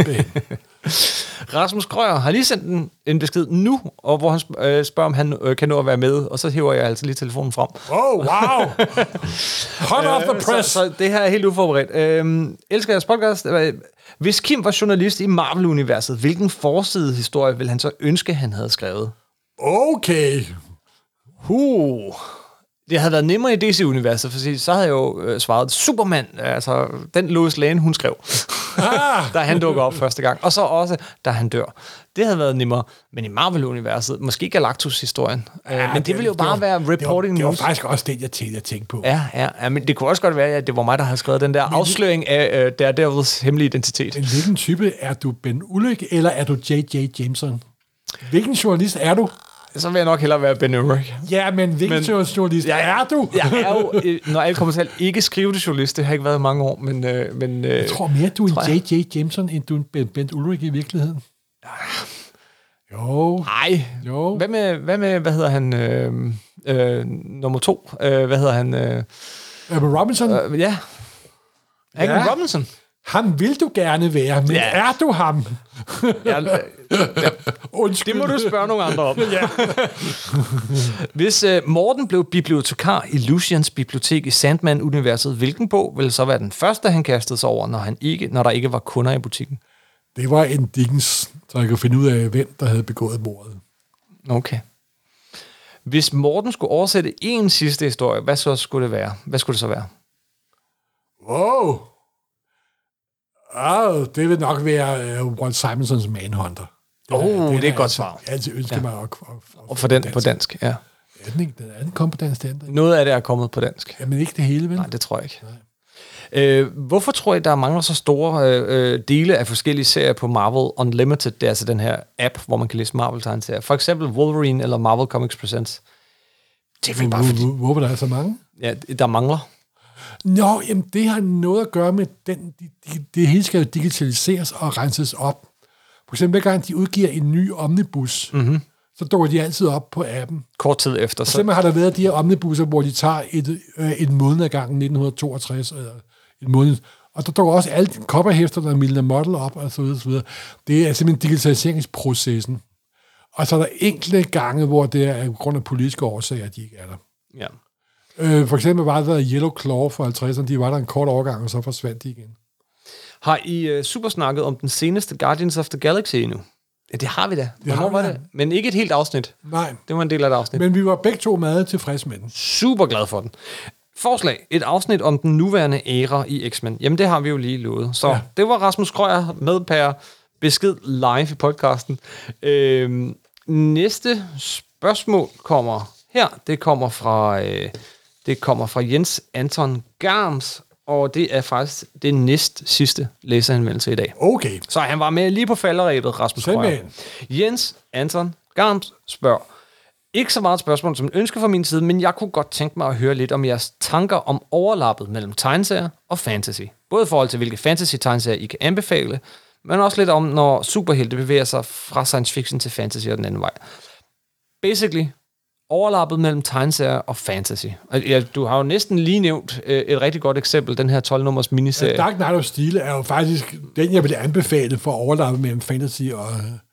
Rasmus Krøyer har lige sendt en, en besked nu, og hvor han sp- øh, spørger, om han øh, kan nå at være med, og så hiver jeg altså lige telefonen frem. Oh, wow! Hot off the press! Så, så det her er helt uforberedt. Øhm, elsker jeres podcast. Hvis Kim var journalist i Marvel-universet, hvilken forsidehistorie ville han så ønske, han havde skrevet? Okay. Uh. Det havde været nemmere i D C-universet, for så havde jeg jo øh, svaret Superman, altså den Lois Lane, hun skrev, ah. da han dukker op første gang. Og så også, da han dør. Det havde været nemmere. Men i Marvel-universet, måske Galactus-historien. Ja, øh, men det, det ville jo bare var, være reporting det var, news. Det var faktisk også det, jeg tænkte, jeg tænkte på. Ja, ja, ja, men det kunne også godt være, at det var mig, der havde skrevet den der men afsløring af uh, Daredevils hemmelige identitet. Men hvilken type er du, Ben Urich, eller er du J J. Jameson? Hvilken journalist er du? Så vil jeg nok hellere være Ben Urich. Ja, men hvilken men, journalist ja, er du? Jeg er jo, når alt kommer til, ikke skrive det journalist. Det har ikke været i mange år, men... Øh, men øh, jeg tror mere, du er en J J. Jameson, end du er en Ben, Ben Urich i virkeligheden. Jo. Nej. Jo. Hvad med, hvad med, hvad hedder han, øh, øh, nummer to? Øh, hvad hedder han? Øh, Agent Robinson? Øh, ja. Agent ja. Robinson. Ham vil du gerne være, men ja. Er du ham? Ja, ja. Det må du spørge nogle andre om. Ja. Hvis uh, Morten blev bibliotekar i Lucians bibliotek i Sandman-universet, hvilken bog ville så være den første, han kastede sig over, når, han ikke, når der ikke var kunder i butikken? Det var en Dickens, så jeg kunne finde ud af, hvem der havde begået mordet. Okay. Hvis Morten skulle oversætte en sidste historie, hvad så skulle det være? Hvad skulle det så være? Wow! Oh, det vil nok være uh, Walt Simonsons Manhunter. Åh, oh, det er et godt svar. Jeg altid ønsker ja. mig at, at, at og for den dansk. På dansk, ja. Er den ikke? Er den kommet på dansk? Den, noget af det er kommet på dansk. Ja, men ikke det hele, vel? Nej, det tror jeg ikke. Øh, hvorfor tror jeg, der mangler så store øh, dele af forskellige serier på Marvel Unlimited? Det er altså den her app, hvor man kan læse Marvel-tegneserier. For eksempel Wolverine eller Marvel Comics Presents. Det er vel bare fordi... Hvorfor der er så mange? Ja, der mangler. Nå, jamen det har noget at gøre med den... Det de, de hele skal jo digitaliseres og renses op. For eksempel, hver gang de udgiver en ny omnibus, mm-hmm. så dukker de altid op på appen. Kort tid efter. For eksempel så... har der været de her omnibusser, hvor de tager et, øh, et måned ad gangen, nitten toogtres, eller et måned. Og der dukker også alle kopperhæfter, der er Milner Model op, og så videre, så videre. Det er simpelthen digitaliseringsprocessen. Og så er der enkelte gange, hvor det er på grund af politiske årsager, at de ikke er der. Ja. Øh, for eksempel var der Yellow Claw for halvtredserne, de var der en kort overgang, og så forsvandt de igen. Har I uh, supersnakket om den seneste Guardians of the Galaxy endnu? Ja, det har vi da. Hvornår var det? Men ikke et helt afsnit. Nej. Det var en del af et afsnit. Men vi var begge to meget tilfredse med den. Super glad for den. Forslag. Et afsnit om den nuværende æra i X-Men. Jamen, det har vi jo lige lovet. Så ja. Det var Rasmus Krøyer med per besked live i podcasten. Øhm, næste spørgsmål kommer her. Det kommer fra, øh, det kommer fra Jens Anton Garms, og det er faktisk det næst sidste læserhenvendelse i dag. Okay. Så han var med lige på falderæbet, Rasmus Krøyer. Jens Anton Garms spørger, ikke så meget et spørgsmål som en ønske fra min side, men jeg kunne godt tænke mig at høre lidt om jeres tanker om overlappet mellem tegneserier og fantasy. Både i forhold til, hvilke fantasy-tegneserier I kan anbefale, men også lidt om, når superhelte bevæger sig fra science fiction til fantasy og den anden vej. Basically, overlappet mellem tegneserier og fantasy. Ja, du har jo næsten lige nævnt øh, et rigtig godt eksempel, den her tolv-nummers miniserie. Ja, Dark Knight of Steel er jo faktisk den, jeg vil anbefale for at overlappe mellem fantasy og,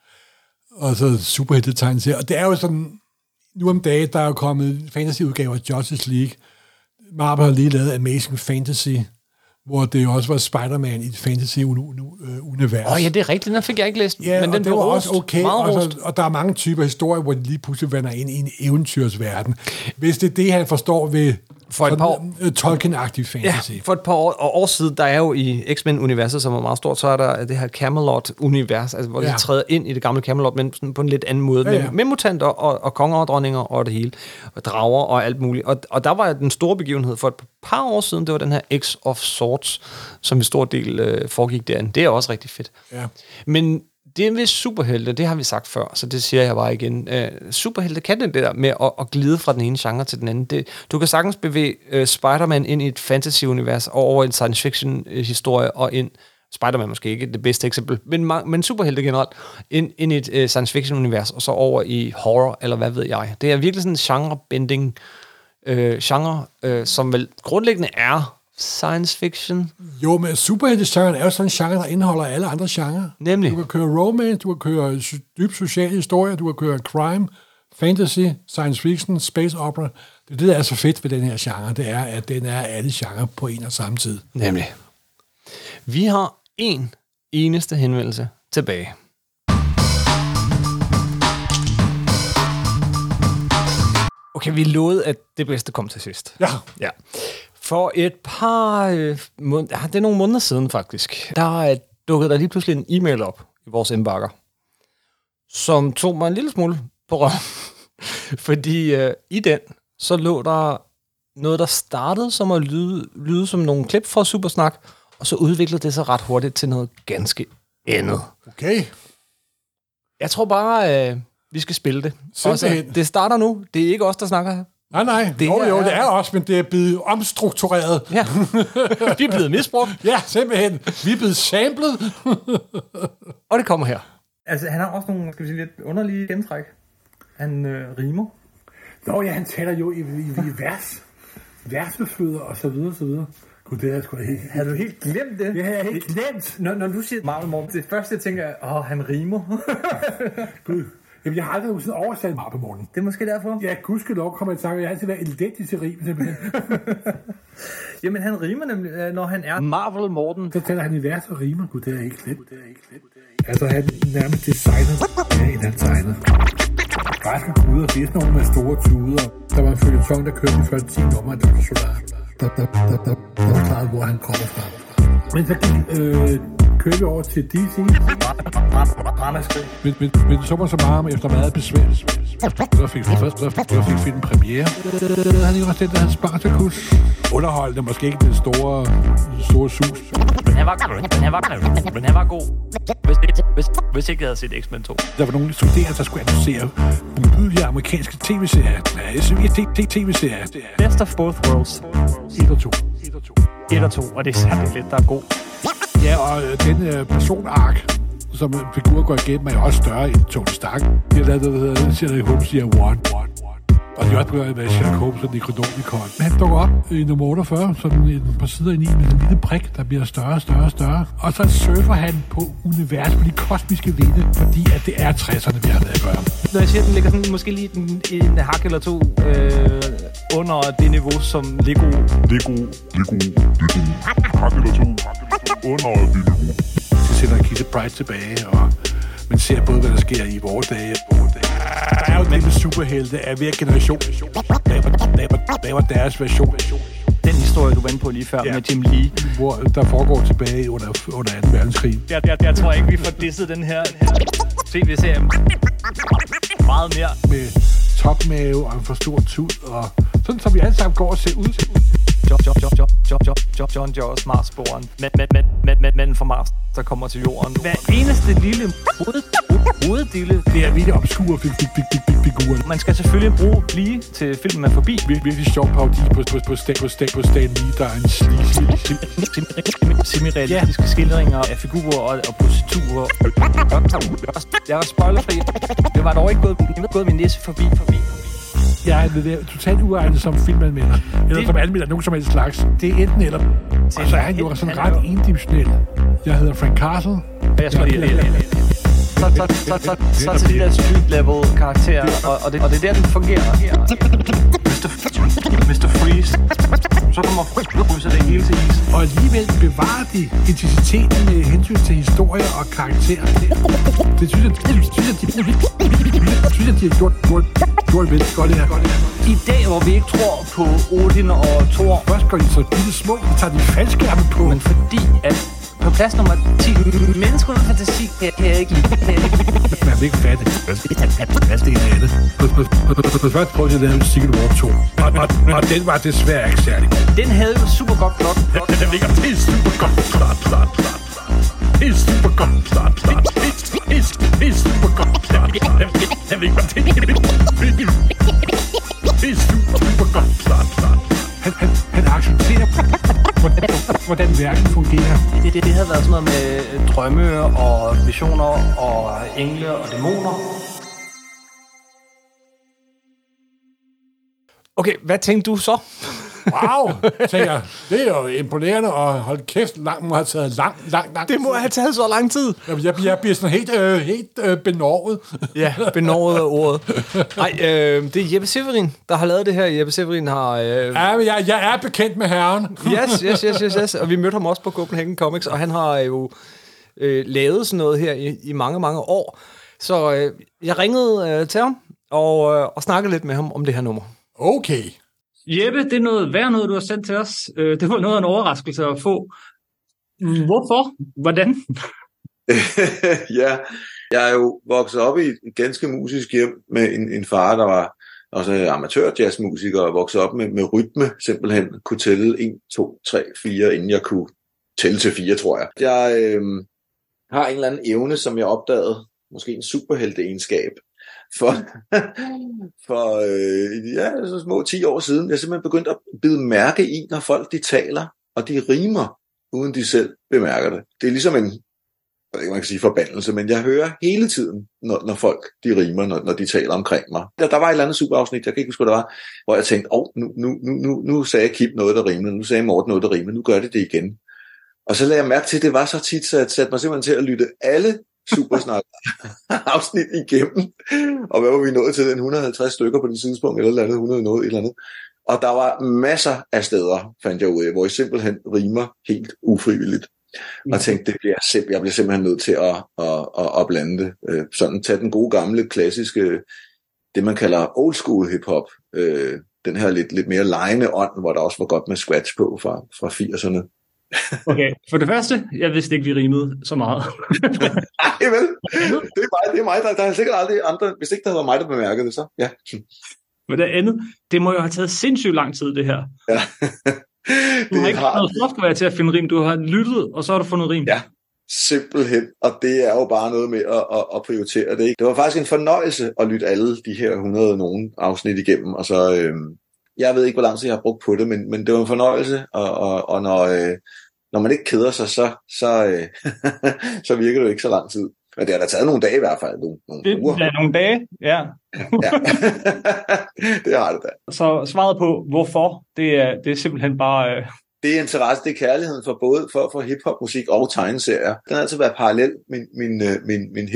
og så superhelte-tegneserier. Og det er jo sådan, nu om dagen, der er jo kommet fantasy-udgaver af Justice League. Marvel har lige lavet Amazing Fantasy, hvor det jo også var Spider-Man i et fantasy-univers. Åh oh, ja, det er rigtigt, den fik jeg ikke læst. Ja, men den det var også okay, og, så, og der er mange typer historier, hvor de lige pludselig vender ind i en eventyrsverden. Hvis det er det, han forstår ved For et par år, Tolkien-agtig fantasy. Ja, for et par år, og år siden, der er jo i X-Men-universet, som er meget stort, så er der det her Camelot-univers, altså, hvor ja. de træder ind i det gamle Camelot, men sådan på en lidt anden måde, ja, ja. Med, med mutanter og, og konger og dronninger og det hele, og drager og alt muligt. Og, og der var den store begivenhed for et par år siden, det var den her X of Swords, som i stor del øh, foregik derinde. Det er også rigtig fedt. Ja. Men det er med superhelte, det har vi sagt før, så det siger jeg bare igen. Uh, superhelte kan det der med at, at glide fra den ene genre til den anden. Det, du kan sagtens bevæge uh, Spider-Man ind i et fantasy-univers, og over en science fiction-historie, og ind, Spider-Man måske ikke det bedste eksempel, men, men superhelte generelt, ind, ind i et uh, science fiction-univers, og så over i horror, eller hvad ved jeg. Det er virkelig sådan en genre-bending uh, genre, uh, som vel grundlæggende er science fiction. Jo, men superhelte-genren er jo sådan en genre, der indeholder alle andre genrer. Nemlig. Du kan køre romance, du kan køre dyb social historie, du kan køre crime, fantasy, science fiction, space opera. Det er det, der er så fedt ved den her genre, det er, at den er alle genrer på en og samme tid. Nemlig. Vi har en eneste henvendelse tilbage. Okay, vi lovede, at det bedste kom til sidst. Ja. Ja. For et par øh, måneder, det er nogle måneder siden faktisk, der er dukket der lige pludselig en e-mail op i vores indbakker, som tog mig en lille smule på røven. Fordi øh, i den, så lå der noget, der startede som at lyde, lyde som nogle klip fra Supersnak, og så udviklede det sig ret hurtigt til noget ganske andet. Okay. Jeg tror bare, øh, vi skal spille det. Også, det starter nu. Det er ikke os, der snakker her. Nej, nej. Det jo, jo, det er også, men det er blevet omstruktureret. Ja. Vi er blevet misbrugt. Ja, simpelthen. Vi er blevet samlet. Og det kommer her. Altså, han har også nogle, skal vi sige, lidt underlige gentræk. Han øh, rimer. Nå ja, han taler jo i, i, i vers. Versbeflyder og så videre, så videre. Gud, det er sgu da helt... Havde du helt glemt det? Det har jeg helt glemt. Når, når du siger Marvel Morten, det første jeg tænker, åh, han rimer. Gud. Jamen, jeg har aldrig sådan oversat Marvel Morten. Det er måske derfor? Ja, gudskelov kommer jeg til at jeg har altid været elendig til rim, simpelthen. Jamen, han rimer nemlig, når han er Marvel Morten. Så taler han i vers og rimer. Gud, det er ikke slet. Altså, han nærmest designer, ja, end han tegner. Raske guder, det er sådan nogle med store tuder. Der var en følgetong, der kørte de første ti numre af doktor Solar. Der, der, der, der, der forklarede, hvor han kommer fra. Men så gik øh, kører vi over til D C. Men, men, men så var så meget efter meget besvær. Så fik, så fik filmen premiere. Han er jo også den, der havde Spartacus. Underholdende, måske ikke den store, store sus. Men han var, men han var, men han var god, hvis, hvis, hvis ikke jeg havde set X-Men to. Der var nogle studerende, der skulle annoncere udvidelige amerikanske tv-serier. Ja, S V T-tv-serier. Best of both worlds. et og to. et og to, og det er særligt lidt, der er god. Ja, og øh, den øh, personark, som figur går igennem, er jo også større end Tony Stark. Det er der, der hedder Sherlock Holmes siger one. Og det er også begyndt med Sherlock Holmes og Necronomicon. Men han dukker op i nummer otteogfyrre, sådan en par sider ind i med en lille prik, der bliver større og større og større. Og så surfer han på universet, på de kosmiske vinde, fordi at det er tresserne, vi har været at gøre. Når jeg siger, at den ligger sådan, måske lige en, en hak eller to øh, under det niveau, som Lego... Lego, Lego, Lego. Hak eller to. Under det niveau. Så sender Kitty Pryde tilbage, og man ser både, hvad der sker i vores dage og vores dage. Der er jo det med superhelte af hver generation. Der var deres version. Den historie, du var inde på lige før, ja, med Jim Lee. Hvor der foregår tilbage under, under anden verdenskrig. Jeg, jeg, jeg tror ikke, vi får disset den her, her tv-serie meget mere. Med topmave og en for stor tud, og sådan som vi alle sammen går og ser ud. John, John, John, John, John, John, John, John Jaws, Mars-sporen. Mænd fra Mars, der kommer til jorden. Hver eneste lille hoveddille. Det er virkelig obskure figurer. Man skal selvfølgelig bruge blive til filmen er forbi. Virkelig sjov parodi på, på, på, Stan, på, Stan, på Stan Lee, der er en sleazy. Semi-realistiske skildringer af figurer og, og positurer. Jeg var spoilerfri. Det var dog ikke gået, gået min næse forbi, forbi. Jeg er det totalt uegnet som filmanmelder, eller det, som anmelder nogen som helst slags. Det er enten eller. Og så er han jo sådan ret endimensionel. Jeg hedder Frank Castle. Og jeg skal lige lide. Så, så, så, så, så til de der street-level karakterer, og, og, det, og det er der, den fungerer. mister Freeze. Så kommer Freeze det hele til is. Og alligevel bevarer de intensiteten med hensyn til historie og karakterer. Det synes jeg, det synes jeg, de, synes jeg, de har gjort, gjort, gjort vel godt det her. I dag, hvor vi ikke tror på Odin og Thor. Først går de så bitte små, og tager de faldskærme på. Men fordi at på plads nummer ti, mennesker uden fantasi, kan kan jeg ikke lide. Kan jeg ikke lide. Man vil ikke fatte. Hvad er det af det? For først prøvede jeg at lave Secret War to. Og, og, og den var desværre ikke særlig god. Den havde jo super godt plot. plot. Den ligger helt super godt klart, klart, klart. Helt super godt klart, klart. Helt super godt klart. Den ligger helt super godt klart, klart. Han, han, han accepterer, hvordan, hvordan verden fungerer. Det, det, det havde været sådan noget med drømme og visioner og engle og dæmoner. Okay, hvad tænkte du så? Wow, tænker jeg. Det er jo imponerende, og hold kæft, langt må have taget lang, lang, lang Det må have taget så lang tid. Jeg, jeg, jeg bliver sådan helt, øh, helt øh, benovet. Ja, benovet af ordet. Nej, øh, det er Jeppe Severin, der har lavet det her. Jeppe Severin har... Øh... Ja, men jeg, jeg er bekendt med herren. Yes, yes, yes, yes, yes. Og vi mødte ham også på Copenhagen Comics, og han har jo øh, lavet sådan noget her i, i mange, mange år. Så øh, jeg ringede øh, til ham og, øh, og snakkede lidt med ham om det her nummer. Okay. Jeppe, det er noget værd noget, du har sendt til os. Det var noget af en overraskelse at få. Hvorfor? Hvordan? Ja, jeg er jo vokset op i et ganske musisk hjem med en, en far, der var også amatør-jazzmusiker, og vokset op med, med rytme, simpelthen kunne tælle en, to, tre, fire, inden jeg kunne tælle til fire, tror jeg. Jeg øh, har en eller anden evne, som jeg opdagede, måske en superhelte-egenskab, for, for øh, ja, så små ti år siden. Jeg er simpelthen begyndt at bide mærke i, når folk de taler, og de rimer, uden de selv bemærker det. Det er ligesom en, jeg ved ikke, man kan sige forbandelse, men jeg hører hele tiden, når, når folk de rimer, når, når de taler omkring mig. Der, der var et eller andet superafsnit, jeg kan ikke huske, hvad det var, hvor jeg tænkte, åh, oh, nu, nu, nu, nu sagde Kim noget, der rimede, nu sagde Morten noget, der rimede, nu gør det det igen. Og så lagde jeg mærke til, at det var så tit, så jeg satte mig simpelthen til at lytte alle supersnak afsnit igennem, og hvad var vi nået til, den et hundrede og halvtreds stykker på det tidspunkt, eller andet, hundrede noget, et eller andet. Og der var masser af steder, fandt jeg ud af, hvor jeg simpelthen rimer helt ufrivilligt. Mm. Og tænkte, det bliver simp- jeg bliver simpelthen nødt til at, at, at, at blande det. Øh, sådan tage den gode gamle, klassiske, det man kalder old school hiphop, øh, den her lidt, lidt mere legende ånd, hvor der også var godt med scratch på fra, fra firserne. Okay, for det første, jeg vidste ikke, vi rimede så meget. Nej, vel? Det er mig, det er mig der, der er sikkert aldrig andre, hvis ikke der havde været mig, der bemærkede det, så ja. Men det andet, det må jo have taget sindssygt lang tid, det her. Ja. Du har ikke har... noget software til at finde rim, du har lyttet, og så har du fundet rim. Ja, simpelthen, og det er jo bare noget med at, at, at prioritere det, ikke? Det var faktisk en fornøjelse at lytte alle de her hundrede nogen afsnit igennem, og så, øhm, jeg ved ikke, hvor lang tid jeg har brugt på det, men, men det var en fornøjelse, og, og, og når, øh, når man ikke keder sig, så, så, øh, så virker det jo ikke så lang tid. Men det har da taget nogle dage i hvert fald. Nogle, nogle det uger. Ja, nogle dage, ja. Ja. Det har det da. Så svaret på, hvorfor, det er, det er simpelthen bare... Øh... Det er interesse, det er kærligheden for både for, for hiphop-musik og tegneserier. Den har altid været parallel, min, min, min, min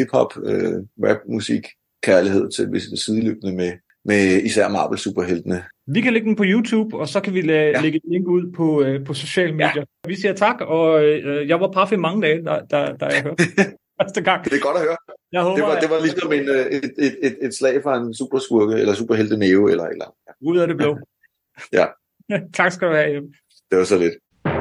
hiphop-rap-musik-kærlighed til sideløbende med, med især Marvel-superheltene. Vi kan lægge den på YouTube, og så kan vi la- ja. lægge et link ud på, øh, på sociale medier. Ja. Vi siger tak, og øh, jeg var paf i mange dage, der, der, der jeg hørte første gang. Det er godt at høre. Jeg håber, det, var, det var ligesom en, et, et, et, et slag fra en superskurke, eller superhelte Neo, eller eller andet. Ja. Ud af det blå. Ja. Tak skal du have, Jeppe. Det var så lidt.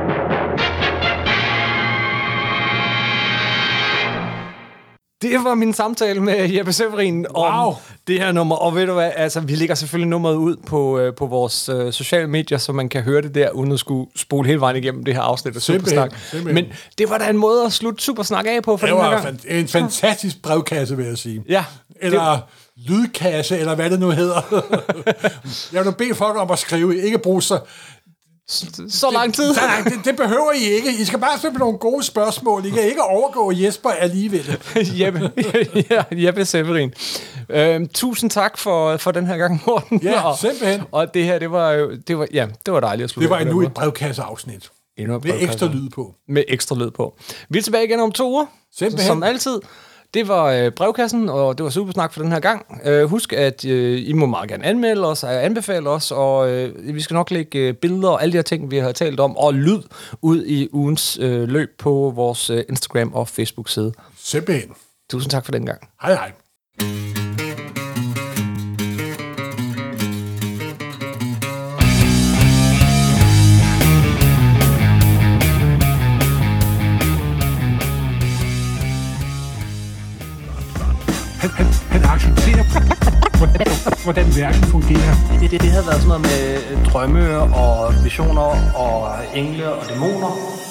Det var min samtale med Jeppe Severin om Wow. det her nummer. Og ved du hvad, altså, vi lægger selvfølgelig nummeret ud på, øh, på vores øh, sociale medier, så man kan høre det der, uden at skulle spole hele vejen igennem det her afsnit af Supersnak. Men det var da en måde at slutte Supersnak af på for det den her var gang. en fantastisk brevkasse, vil jeg sige. Ja. Eller det... lydkasse, eller hvad det nu hedder. Jeg vil bede folk om at skrive, ikke bruge så... Så lang tid. Det, nej, det, det behøver I ikke. I skal bare stille nogle gode spørgsmål. I kan ikke overgå Jesper alligevel. Jeppe, ja, Jeppe Severin. Øhm, tusind tak for, for den her gang, Morten. Ja, og, simpelthen. Og det her, det var jo, det var, ja, det var dejligt at slutte. Det var på endnu den et brevkasseafsnit. Endnu et med brevkasse. ekstra lyd på. Med ekstra lyd på. Vi er tilbage igen om to uger. Simpelthen. Som altid. Det var øh, brevkassen, og det var Supersnak for den her gang. Øh, husk, at øh, I må meget gerne anmelde os og anbefale os, og øh, vi skal nok lægge øh, billeder og alle de her ting, vi har talt om, og lyd ud i ugens øh, løb på vores øh, Instagram og Facebook-side. Simpelthen. Tusind tak for den gang. Hej hej. Han, han, han accepterer, hvordan, hvordan verden fungerer. Det, det, det havde været sådan noget med drømme og visioner og engle og dæmoner.